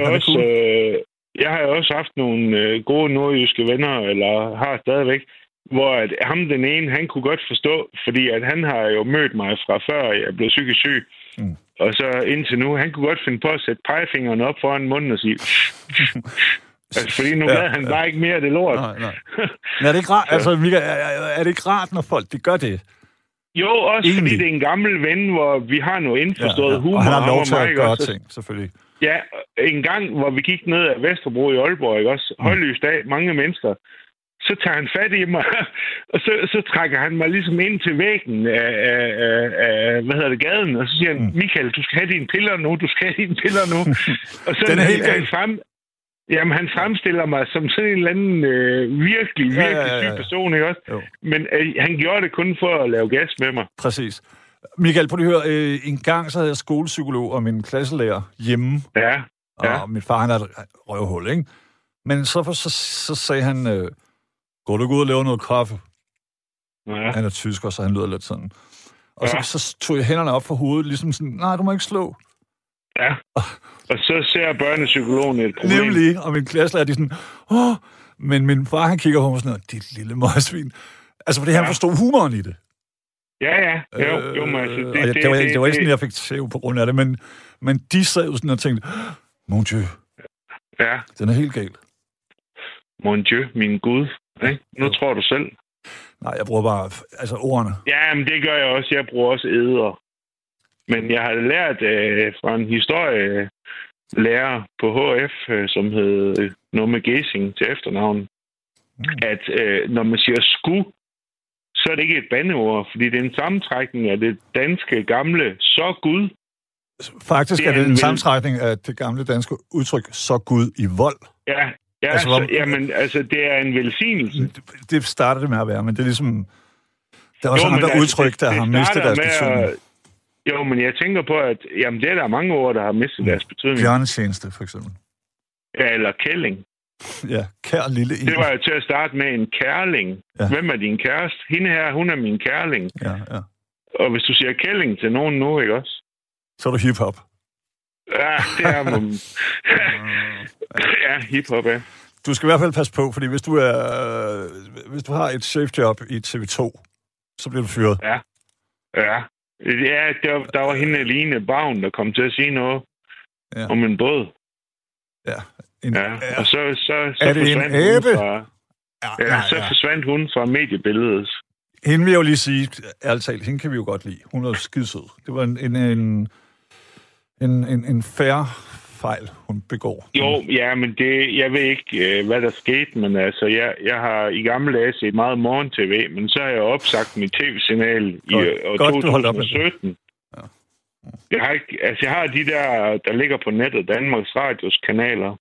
jeg har jo også haft nogle gode nordjyske venner, eller har stadigvæk, hvor at ham den ene, han kunne godt forstå, fordi at han har jo mødt mig fra før jeg blev psykisk syg. Mm. Og så indtil nu, han kunne godt finde på at sætte pegefingeren op foran munden og sige... altså, fordi nu gad han bare ikke mere af det lort. Nej. Men er det ikke rart, altså, Mika, er det ikke rart, når folk de gør det? Jo, også egentlig. Fordi det er en gammel ven, hvor vi har noget indforstået humor. Og han har lov til at gøre ting, selvfølgelig. Ja, en gang, hvor vi gik ned ad Vesterbro i Aalborg, ikke også? Højlys dag, mange mennesker. Så tager han fat i mig, og så trækker han mig ligesom ind til væggen af gaden, og så siger han, Michael, du skal have dine piller nu, Og så den er helt galt frem. Jamen, han fremstiller mig som sådan en eller anden virkelig syg person, ikke også? Jo. Men han gjorde det kun for at lave gas med mig. Præcis. Michael, prøv at høre, en gang så havde jeg skolepsykolog og min klasselærer hjemme. Ja. Og min far, han er et røvhul, ikke? Men så sagde han, går du ud og laver noget kaffe? Ja. Han er tysker, så han lyder lidt sådan. Og så tog jeg hænderne op for hovedet, ligesom sådan, nej, du må ikke slå. Ja, og så ser børnepsykologen et problem. Nemlig, og min klasselærer, de sådan, Men min far, han kigger på mig sådan noget, dit lille møgsvin. Altså, fordi han forstod humoren i det. Ja. Jo, men altså... Det var ikke sådan, jeg fik tæv på grund af det, men de sad jo sådan og tænkte, mon Dieu, den er helt galt. Mon Dieu, min Gud. Ikke? Nu tror du selv. Nej, jeg bruger bare ordene. Ja, men det gør jeg også. Jeg bruger også æder. Men jeg har lært fra en historielærer på HF, som hed noget med Gæsing til efternavn, at når man siger sku, så er det ikke et bandeord, fordi det er en sammentrækning af det danske gamle så Gud. Faktisk er det en sammentrækning af det gamle danske udtryk så Gud i vold. Ja, det er en velsignelse. Det starter det med at være, men det er ligesom... Der er også andre udtryk, der har mistet deres betydning. Jo, men jeg tænker på, at det er der mange ord, der har mistet deres betydning. Bjørnetjeneste, for eksempel. Ja, eller kælling. Ja, kær lille en. Det var jo til at starte med en kærling. Ja. Hvem er din kæreste? Hende her, hun er min kærling. Ja. Og hvis du siger kælling til nogen nu, ikke også? Så er du hiphop. Ja, det er... ja, hiphop, ja. Du skal i hvert fald passe på, fordi hvis du har et chefjob i TV2, så bliver du fyret. Ja. Der var hende Line Bavn, der kom til at sige noget om en båd. Ja. Og så er det en æbe? Så forsvandt hun fra mediebilledet. Hende vil jeg jo lige sige, ærligt talt, hende kan vi jo godt lide. Hun er skidesød. Det var en fair fejl, hun begår. Jo, ja, men jeg ved ikke, hvad der skete, men altså, jeg har i gamle dage set meget morgen-tv, men så har jeg opsagt mit tv-signal i år 2017. Ja. Jeg har de der ligger på nettet, Danmarks Radios kanaler,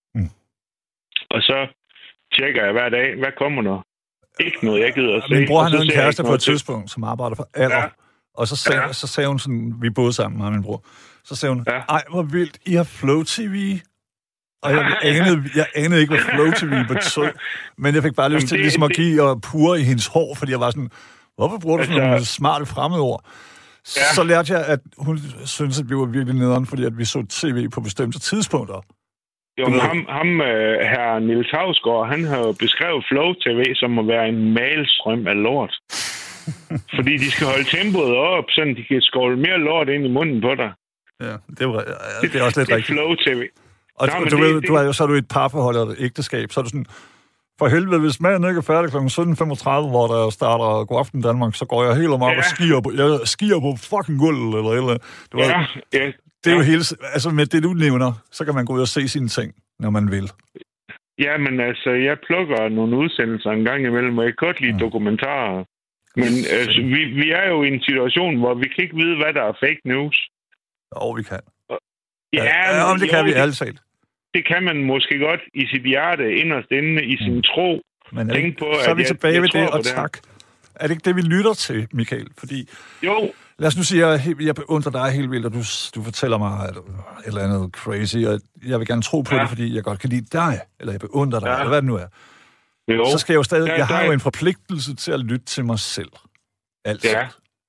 og så tjekker jeg hver dag, hvad kommer der? Ikke noget, jeg gider at se. Min bror, han havde en kæreste på et tidspunkt, som arbejder for Aller, og så sagde hun sådan, vi boede sammen, mig og min bror, så sagde hun, ej, hvor vildt, I har Flow TV. Og jeg anede ikke, hvad Flow TV betød. Men jeg fik bare lyst til ligesom at give og pure i hendes hår, fordi jeg var sådan, hvorfor bruger du sådan nogle smarte fremmedord? Ja. Så lærte jeg, at hun synes, at vi var virkelig nederen, fordi at vi så tv på bestemte tidspunkter. Jo, men her Niels Hausgaard, han har jo beskrevet Flow TV som at være en malstrøm af lort. Fordi de skal holde tempoet op, så de kan skåle mere lort ind i munden på dig. Ja, det er også lidt rigtigt. Flow TV. Og så er du i et parforhold eller et ægteskab, så er du sådan, for helvede, hvis manden ikke er færdig kl. 17.35, hvor der starter God Aften Danmark, så går jeg helt om op og skier på fucking gulv, eller. Det er jo hele... Altså, med det, du nævner, så kan man gå ud og se sine ting, når man vil. Ja, men altså, jeg plukker nogle udsendelser en gang imellem, og jeg kan godt lide dokumentarer. Men vi er jo i en situation, hvor vi kan ikke vide, hvad der er fake news. Vi kan. Ja, det kan vi alle talt. Det kan man måske godt i sit hjerte, inderst inde i sin tro. Men så er vi tilbage ved det, og tak. Er det ikke det, vi lytter til, Michael? Fordi... Jo. Lad os nu sige, at jeg beundrer dig helt vildt, og du fortæller mig et eller andet crazy, og jeg vil gerne tro på det, fordi jeg godt kan lide dig, eller jeg beundrer dig, eller hvad det nu er. Jo. Så skal jeg jo stadig... Jeg har jo en forpligtelse til at lytte til mig selv. Altså. Ja.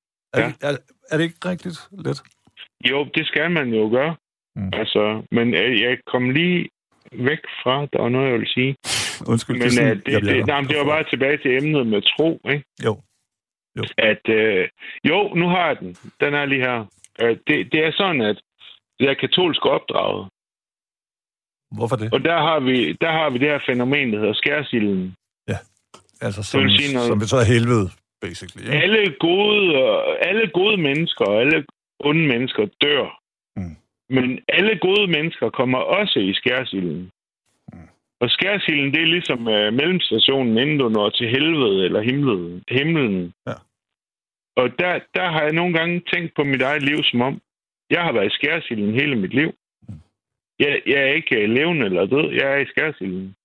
Er det ikke rigtigt lidt? Jo, det skal man jo gøre. Altså, men jeg kom lige væk fra, der var noget, jeg vil sige. Undskyld, men det var bare tilbage til emnet med tro, ikke? Jo. At, nu har jeg den. Den er lige her. Det er sådan, at det er katolsk opdraget. Hvorfor det? Og der har vi det her fænomen, der hedder skærsilden. Ja, altså som betyder helvede, basically. Ja? Alle gode mennesker og alle onde mennesker dør. Men alle gode mennesker kommer også i skærsilden. Og skærsilden, det er ligesom mellemstationen, inden du når til helvede eller himlen. Ja. Og der har jeg nogle gange tænkt på mit eget liv, som om jeg har været i skærsilden hele mit liv. Jeg er ikke levende eller død, jeg er i skærsilden.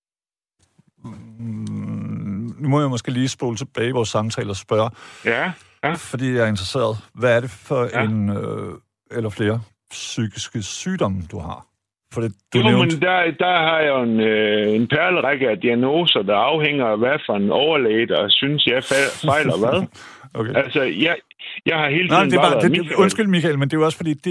Nu må jeg måske lige spole tilbage i vores samtale og spørge. Ja. Fordi jeg er interesseret. Hvad er det for en eller flere psykiske sygdomme, du har? For det, men der har jeg en perlerække af diagnoser, der afhænger af, hvad for en overlæge, der synes, jeg fejler hvad. Okay. Altså, jeg har hele tiden bare undskyld, Michael, men det er jo også fordi,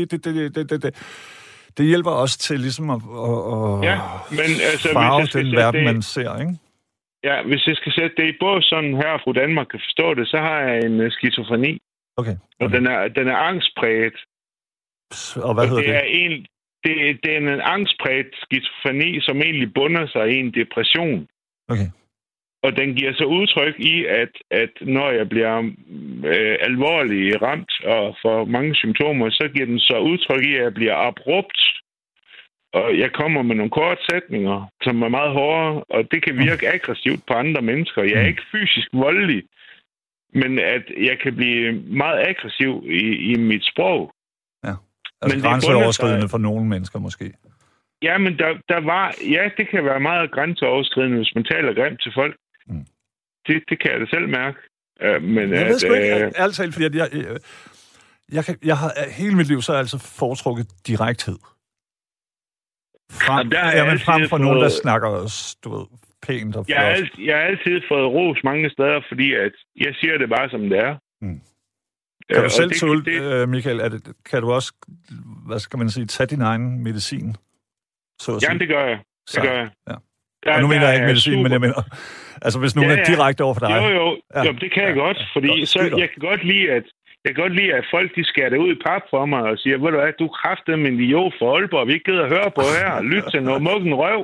det hjælper også til ligesom at men altså, farve den verden, man ser, ikke? Ja, hvis jeg skal sætte det i bås sådan her, fru Danmark kan forstå det, så har jeg en skizofreni. Okay. Og den er angstpræget. Og hvad hedder det? Det er en angstpræget skizofreni, som egentlig bunder sig i en depression. Okay. Og den giver sig udtryk i, at når jeg bliver alvorligt ramt og får mange symptomer, så giver den så udtryk i, at jeg bliver abrupt. Og jeg kommer med nogle korte sætninger, som er meget hårde, og det kan virke aggressivt på andre mennesker. Jeg er ikke fysisk voldelig, men at jeg kan blive meget aggressiv i mit sprog. Ja, altså men grænseoverskridende for nogle mennesker måske. Ja, men der var... Ja, det kan være meget grænseoverskridende, hvis man taler grimt til folk. Mm. Det kan jeg da selv mærke. Men jeg ved sgu ikke, ærligt talt, fordi jeg har hele mit liv så altså foretrukket direkthed. Frem for nogen, der snakker du ved, pænt og flot. Jeg har altid fået ros mange steder, fordi at jeg siger det bare, som det er. Mm. Kan du selv tåle, Michael, kan du også, hvad skal man sige, tage din egen medicin? Jamen, det gør jeg. Det gør jeg. Ja. Og nu mener jeg ikke medicin, men jeg mener, altså hvis nogen er direkte over for dig. Jo, det kan jeg godt, fordi så jeg kan godt lide, at folk de skærer det ud i pap for mig og siger, ved du hvad, du er kraftedeme en idiot for Aalborg, vi ikke gider at høre på her. Lyt til noget muggen røv.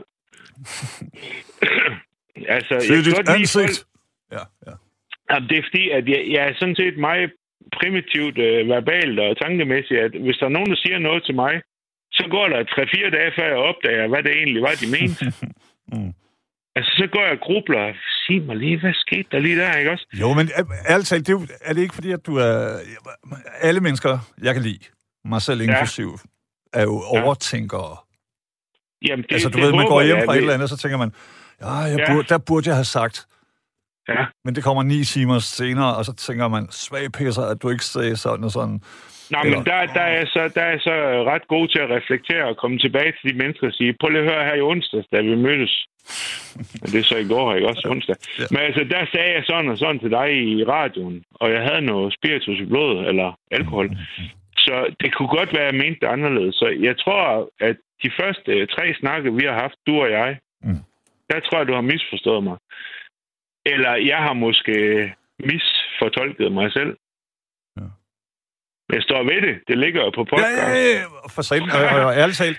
Altså, jeg kan godt lide folk. Ja. Jamen, det er fordi, at jeg er sådan set meget primitivt verbalt og tankemæssigt, at hvis der er nogen, der siger noget til mig, så går der 3-4 dage, før jeg opdager, hvad det egentlig var, de mente. Altså, så går jeg og grubler og sig mig lige, hvad skete der lige der, ikke også? Jo, men ærligt talt, er det ikke fordi, at du er... Alle mennesker, jeg kan lide, mig selv inklusiv, er jo overtænkere. Jamen, altså, du ved, man går hjem fra et eller andet, så tænker man, der burde jeg have sagt. Ja. Men det kommer 9 timer senere, og så tænker man, svag pisser, at du ikke sagde sådan og sådan. Nej, men der er jeg så ret god til at reflektere og komme tilbage til de mennesker og sige, prøv lige at høre her i onsdag, da vi mødtes. Men det er så i går, ikke også onsdag. Ja. Men altså, der sagde jeg sådan og sådan til dig i radioen, og jeg havde noget spiritus i blodet, eller alkohol. Så det kunne godt være, at jeg mente det anderledes. Så jeg tror, at de første 3 snakke, vi har haft, du og jeg, der tror jeg, du har misforstået mig. Eller jeg har måske misfortolket mig selv. Jeg står ved det. Det ligger jo på podcast. Ja. For satan. Og ærligt talt.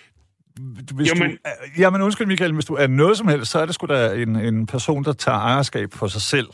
Jamen undskyld, Michael, hvis du er noget som helst, så er det sgu da en person, der tager ejerskab for sig selv.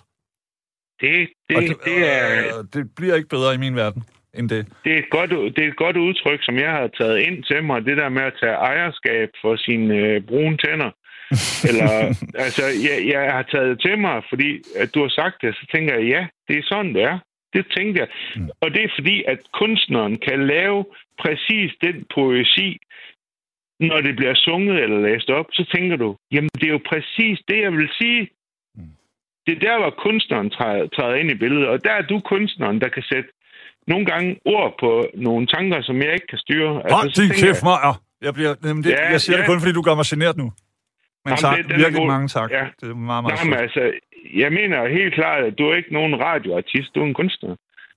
Det bliver ikke bedre i min verden end det. Det er et godt udtryk, som jeg har taget ind til mig. Det der med at tage ejerskab for sine brune tænder. Eller, altså, jeg har taget det til mig, fordi at du har sagt det, så tænker jeg, ja, det er sådan, det er. Det tænker jeg. Og det er fordi, at kunstneren kan lave præcis den poesi, når det bliver sunget eller læst op, så tænker du, jamen det er jo præcis det, jeg vil sige. Det er der, hvor kunstneren træder ind i billedet, og der er du kunstneren, der kan sætte nogle gange ord på nogle tanker, som jeg ikke kan styre. Altså, din kæft, Majer! Jeg siger det kun, fordi du gør mig genert nu. Men tak, virkelig mange tak. Ja. Det er meget, meget men altså, jeg mener helt klart, at du er ikke nogen radioartist, du er en kunstner.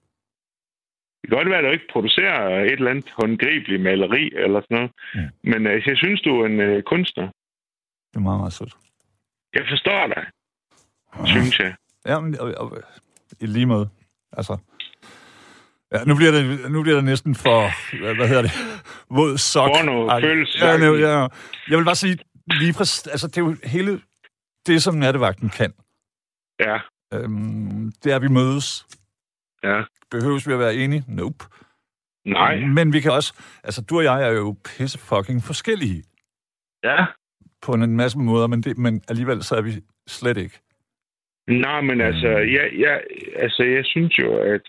Det kan godt være, at du ikke producerer et eller andet håndgribeligt maleri eller sådan noget. Men jeg synes, du er en kunstner. Det er meget, meget sødt. Jeg forstår dig, synes jeg. Ja, men i lige måde. Altså, ja, nu bliver det næsten for, hvad hedder det, våd sok. Ja. Jeg vil bare sige, lige præcis, altså det er jo hele det, som nattevagten kan. Ja. Det er, at vi mødes. Ja. Behøves vi at være enige? Nope. Nej. Men vi kan også, altså du og jeg er jo pisse fucking forskellige. Ja. På en masse måder, men alligevel så er vi slet ikke. Nej, men altså, jeg synes jo, at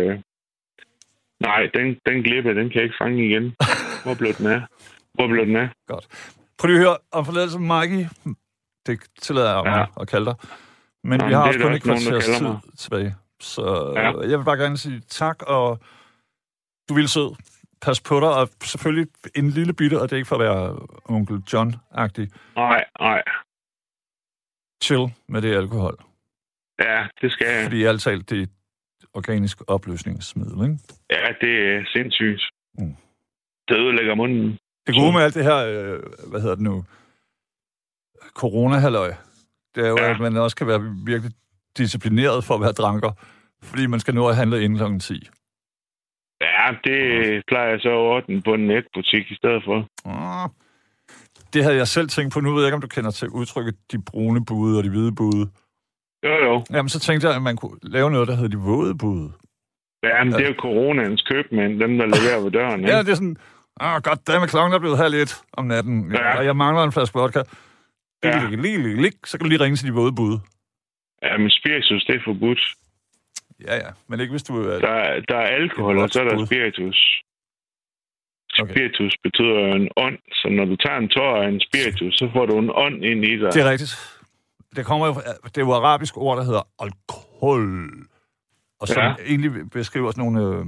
nej, den glippe, den kan jeg ikke fange igen. Hvor blev den af? Godt. Prøv lige at høre, om forladelse med Mikey, det tillader jeg mig at kalde dig. Men vi har også kun et kvarters tid tilbage. Så jeg vil bare gerne sige tak, og du vil sød. Pas på dig, og selvfølgelig en lille bitte, og det er ikke for at være onkel John-agtig. Nej. Chill med det alkohol. Ja, det skal jeg. Fordi alt talt, det er et organisk opløsningsmiddel, ikke? Ja, det er sindssygt. Det ødelægger munden. Det gode med alt det her, hvad hedder det nu, corona-halløj, det er jo, at man også kan være virkelig disciplineret for at være dranker, fordi man skal nå at handle inden klokken 10. Ja, det plejer jeg så at ordne på en netbutik i stedet for. Det havde jeg selv tænkt på. Nu ved jeg ikke, om du kender til udtrykket de brune bude og de hvide bude. Jo. Jamen, så tænkte jeg, at man kunne lave noget, der hedder de våde bude. Ja, men det er jo coronaens købmænd, dem der leverer ved døren. Ikke? Ja, det er sådan, goddammit, klokken er blevet 1:30 om natten, og jeg mangler en flaske vodka. Så kan du lige ringe til de våde bude. Ja, men spiritus, det er forbudt. Ja, men ikke hvis du... Der er alkohol, og så er der spiritus. Okay. Spiritus betyder en ånd, så når du tager en tår af en spiritus, så får du en ånd ind i dig. Det er rigtigt. Det er jo arabisk ord, der hedder alkohol, og som egentlig beskriver sådan nogle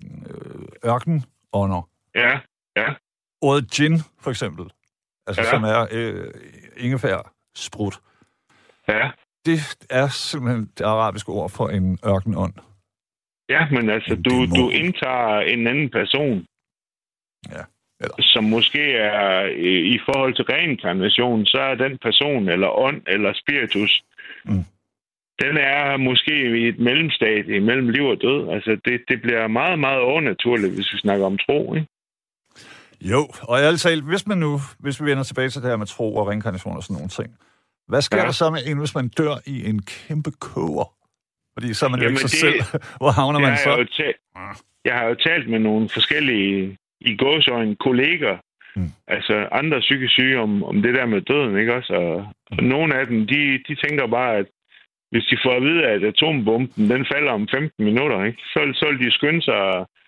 ørkenånder. Ja. Ordet gin, for eksempel, altså som er ingefær sprut. Ja. Det er simpelthen det arabiske ord for en ørkenånd. Ja, men altså, du indtager en anden person. Ja. Som måske er i forhold til reinkarnation, så er den person, eller ånd, eller spiritus, den er måske i et mellemstadie mellem liv og død. Altså, det bliver meget, meget overnaturligt, hvis vi snakker om tro, ikke? Jo, og ærligt talt, hvis vi vender tilbage til det her med tro og reinkarnation og sådan nogle ting, hvad sker der så med en, hvis man dør i en kæmpe koger? Fordi så er man jo ikke sig selv. Hvor havner man så? Jeg har jo talt med nogle forskellige i gåseøjne kolleger, altså andre psykisk syge, om det der med døden, ikke også? Og nogle af dem, de tænker bare, at hvis de får at vide, at atombomben, den falder om 15 minutter, ikke? Så vil de skynde sig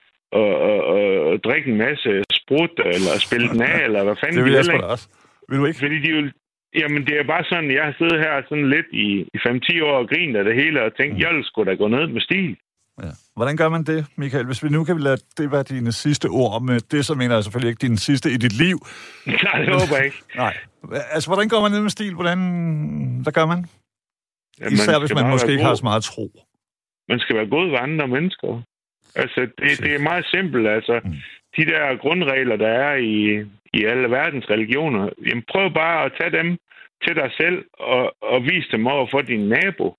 og drikke en masse sprut, eller spille den af, eller hvad fanden det vil de vil, ikke? Også. Vil du ikke? Fordi de vil... Jamen, det er bare sådan, jeg har siddet her sådan lidt i 5-10 år og grinet af det hele, og tænkt, jeg skulle da gå ned med stil. Ja. Hvordan gør man det, Michael? Hvis vi nu kan lade det være dine sidste ord med det, så mener jeg selvfølgelig ikke dine sidste i dit liv. Nej, det håber jeg ikke. Nej. Altså, hvordan går man ned med stil? Hvad gør man? Jamen, især hvis man måske ikke har så meget tro. Man skal være god ved andre mennesker. Altså, det er meget simpelt. Altså, de der grundregler, der er i alle verdens religioner, jamen, prøv bare at tage dem til dig selv og vise dem over for din nabo.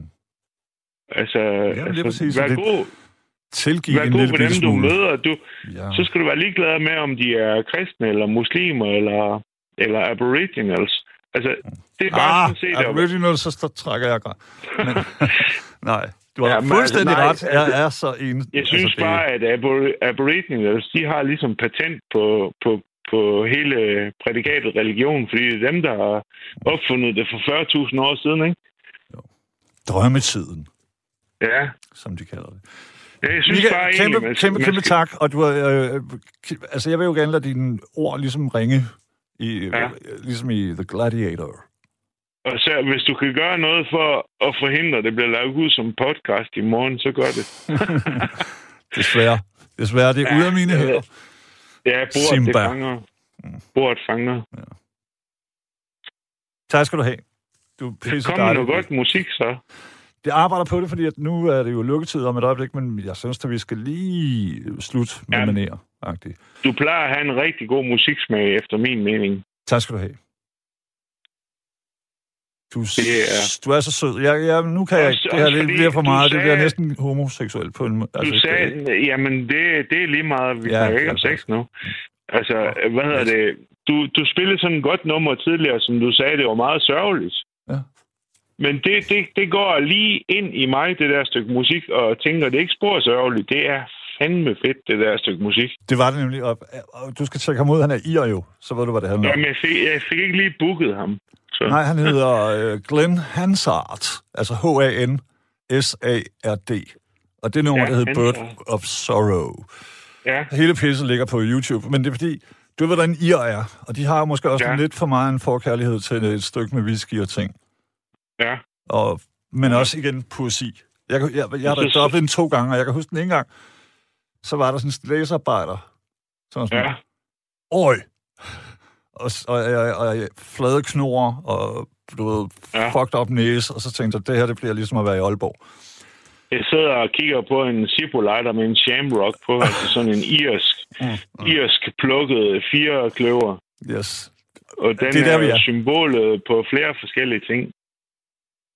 Altså, vær god. Tilgive en lille dem, du møder. Så skal du være ligeglad med, om de er kristne, eller muslimer, eller aboriginals. Altså, det er bare sådan set... Aboriginals, så trækker jeg græd. Nej, du har fuldstændig ret. Jeg er så enig. Jeg synes bare, at aboriginals, de har ligesom patent på hele prædikatet religion, fordi det er dem, der har opfundet det for 40.000 år siden, ikke? Jo. Drømmetiden. Ja. Som de kalder det. Ja, jeg synes bare kæmpe tak. Og du altså, jeg vil jo gerne lade dine ord ligesom ringe, ligesom i The Gladiator. Og så hvis du kan gøre noget for at forhindre, at det bliver lavet ud som podcast i morgen, så gør det. Desværre, det er ude af mine hænder. Ja, bordet det fanger. Bordet fanger. Ja. Tak skal du have. Du kom med noget godt musik, så. Det arbejder på det, fordi at nu er det jo lukketid om et øjeblik, men jeg synes, at vi skal lige slutte med manér-agtigt. Du plejer at have en rigtig god musiksmag, efter min mening. Tak skal du have. Du er så sød. Nu kan jeg ikke. Det her det bliver for meget. Det bliver næsten homoseksuelt på en måde. Altså, du sagde, jamen det er lige meget. Vi snakker ikke om sex nu. Altså, hvad hedder det? Du spillede sådan et godt nummer tidligere, som du sagde, det var meget sørgeligt. Ja. Men det går lige ind i mig, det der stykke musik, og tænker, det er ikke spor sørgeligt. Det er fandme fedt, det der stykke musik. Det var det nemlig. Og du skal tjekke ham ud. Han er ir jo. Så ved du, hvad det handler om. Jamen, jeg fik ikke lige booket ham. Så. Nej, han hedder Glenn Hansard. Altså Hansard. Og det nummer, der hedder Bird of Sorrow. Ja. Hele pisset ligger på YouTube. Men det er fordi, du ved, hvordan ir er. Og de har måske også lidt for meget en forkærlighed til et stykke med whisky og ting. Ja. Men også igen poesi. Jeg har da stoppet den 2 gange, og jeg kan huske den en gang. Så var der sådan en læsarbejder. Sådan. Øj! Og flade knor, og du ved, fucked up næse, og så tænkte jeg, det her, det bliver ligesom at være i Aalborg. Jeg sidder og kigger på en Zippo-lighter med en shamrock på, altså sådan en irsk plukket 4 kløver. Yes. Og den er symbolet på flere forskellige ting.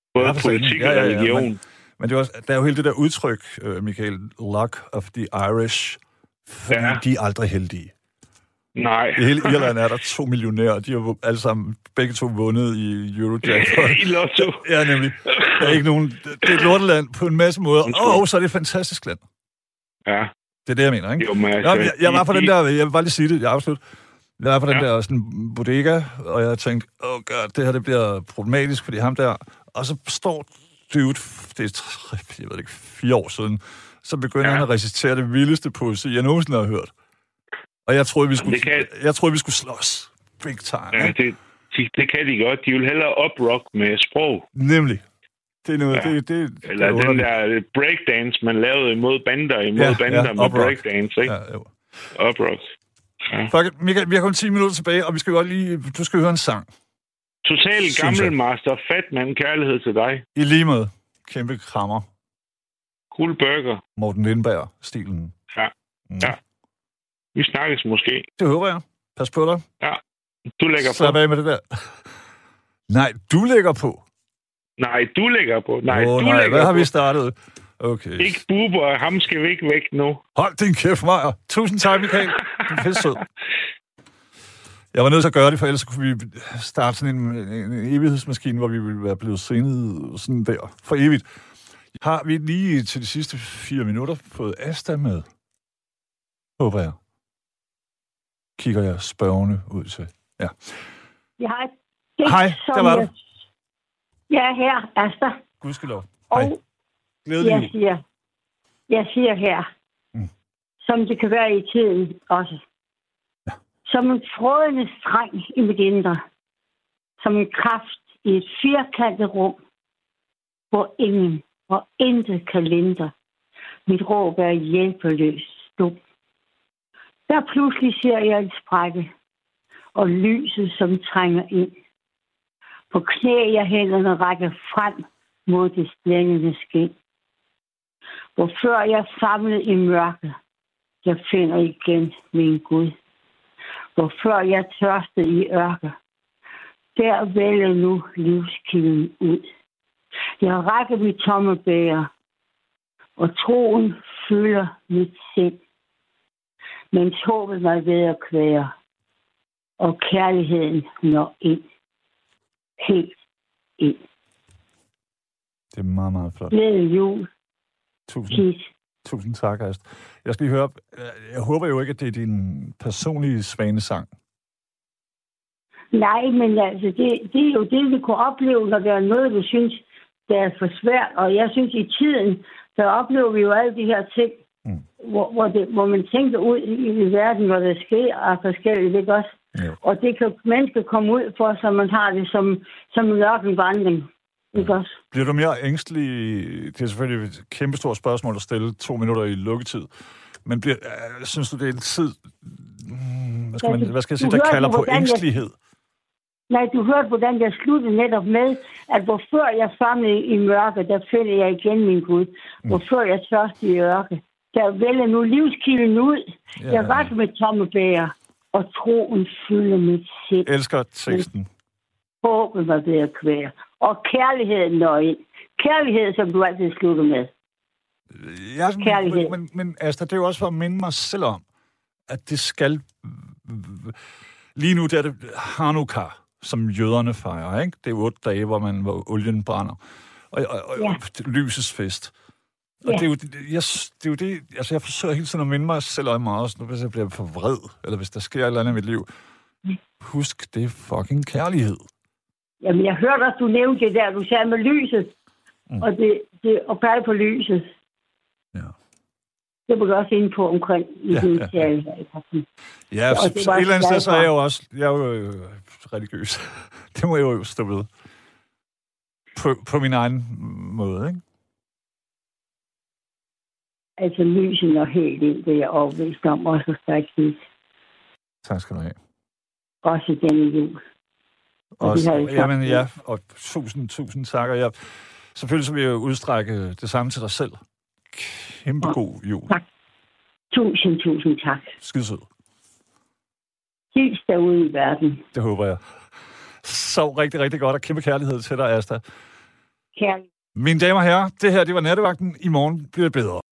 Både politik og religion. Men det er også, der er jo hele det der udtryk, Michael, luck of the Irish, fordi de er aldrig heldige. Nej. I hele Irland er der 2 millionærer, de har alle sammen, begge to vundet i Eurojackpot. I lotto. Ja, nemlig. Der er ikke nogen, det er et lorteland på en masse måder. Så er det et fantastisk land. Ja. Det er det, jeg mener, ikke? Jo, men altså, jeg var på den der, jeg vil bare lige sige det, jeg afslutter. Jeg var på den der sådan, bodega, og jeg tænkte, det her det bliver problematisk, fordi ham der, og så står dude, det er, jeg ved ikke, 4 år siden, så begynder han at recitere det vildeste poesi, jeg nogensinde har hørt. Og jeg troede, vi skulle slås. Big time. Ja, det kan de godt. De vil hellere uprock med sprog. Nemlig. Det er noget, eller den der breakdance, man lavede imod bander med breakdance, ikke? Ja, jo. Uprock. Ja. Fuck, Michael, vi har kun 10 minutter tilbage, og vi skal godt du skal høre en sang. Total gammelmaster, Fatman, kærlighed til dig. I lige måde. Kæmpe krammer. Cool burger. Morten Lindberg-stilen. Ja. Ja. Vi snakkes måske. Det håber jeg. Pas på dig. Ja. Du lægger på. Slap af med det der. Nej, du lægger på. Nej, du lægger på. Nej, du lægger på. Hvad har vi startet? Okay. Ikke Bubber, ham skal vi ikke væk nu. Hold din kæft, Maja. Tusind tak, Michael. Du er fedt sød. Jeg var nødt til at gøre det, for ellers kunne vi starte sådan en evighedsmaskine, hvor vi ville være blevet senet sådan der for evigt. Har vi lige til de sidste 4 minutter fået Asta med? Håber jeg. Kigger jeg spørgende ud til. Ja. Hej, der var du. Jeg er her, Asta. Gudskelov. Og hej. Glædelig jeg siger her, som det kan være i tiden også. Ja. Som en trådende streng i mit indre. Som en kraft i et firkantet rum, hvor ingen og intet kan lindre. Mit råb er hjælpeløst stum. Der pludselig ser jeg en sprække, og lyset, som trænger ind. På knæ jeg hænderne rækker frem mod det splændende skin. Hvor før jeg famlede i mørket, jeg finder igen min Gud. Hvor før jeg tørstede i ørke, der vælger nu livskilden ud. Jeg rækker mit tomme bæger, og troen fylder mit sind. Men håbet mig ved at kvære, og kærligheden når ind. Helt ind. Det er meget, meget flot. Glædelig jul. Tusind tak, Ast. Jeg skal lige høre, jeg håber jo ikke, at det er din personlige svanesang. Nej, men altså, det er jo det, vi kunne opleve, når der er noget, du synes, der er for svært. Og jeg synes, i tiden, der oplever vi jo alle de her ting, hvor man tænker ud i verden, hvor der sker og forskelligt, ikke også? Ja. Og det kan mennesker komme ud for, så man har det som en ørkenvandring. Ikke også? Bliver du mere ængstelig? Det er selvfølgelig et kæmpestort spørgsmål at stille 2 minutter i lukketid. Men synes du, det er en tid, hvad skal jeg sige, der kalder på ængstelighed? Nej, du hørte, hvordan jeg sluttede netop med, at hvor før jeg famlede i mørke, der finder jeg igen min Gud. Hvor før jeg tørstede i ørke, der vælger nu livskilden ud. Ja. Jeg rækker med tomme bæger, og troen fylder mit sind. Elsker teksten. Håbet var ved at kvære. Og kærligheden når ind. Kærlighed, som du altid slutter med. Ja, kærlighed. Men Asta, det er jo også for at minde mig selv om, at det skal... Lige nu der er det Hanukkah, som jøderne fejrer, ikke? Det er 8 dage, hvor olien brænder. Og lysets fest. Og det er jo det, altså jeg forsøger hele tiden at minde mig selv om meget, hvis jeg bliver for vred, eller hvis der sker et eller andet i mit liv. Husk, det er fucking kærlighed. Jamen, jeg hørte også, du nævnte det der, du sagde med lyset, og det og pege på lyset. Ja. Det var du også inde på omkring i din tale. Ja, så et eller andet sted, så er jeg er jo religiøs. Det må jeg jo stå ved. På min egen måde, ikke? Altså, lyset når helt ind, det er jeg overbevist om, også stærkt. Tak skal du have. Også denne jul. Og tusind tak. Og selvfølgelig så vil jeg udstrække det samme til dig selv. Kæmpe god jul. Tak. Tusind tak. Skidesød. Hils derude i verden. Det håber jeg. Så rigtig, rigtig godt, og kæmpe kærlighed til dig, Asta. Kærlighed. Mine damer og herrer, det her, det var Nattevagten. I morgen bliver det bedre.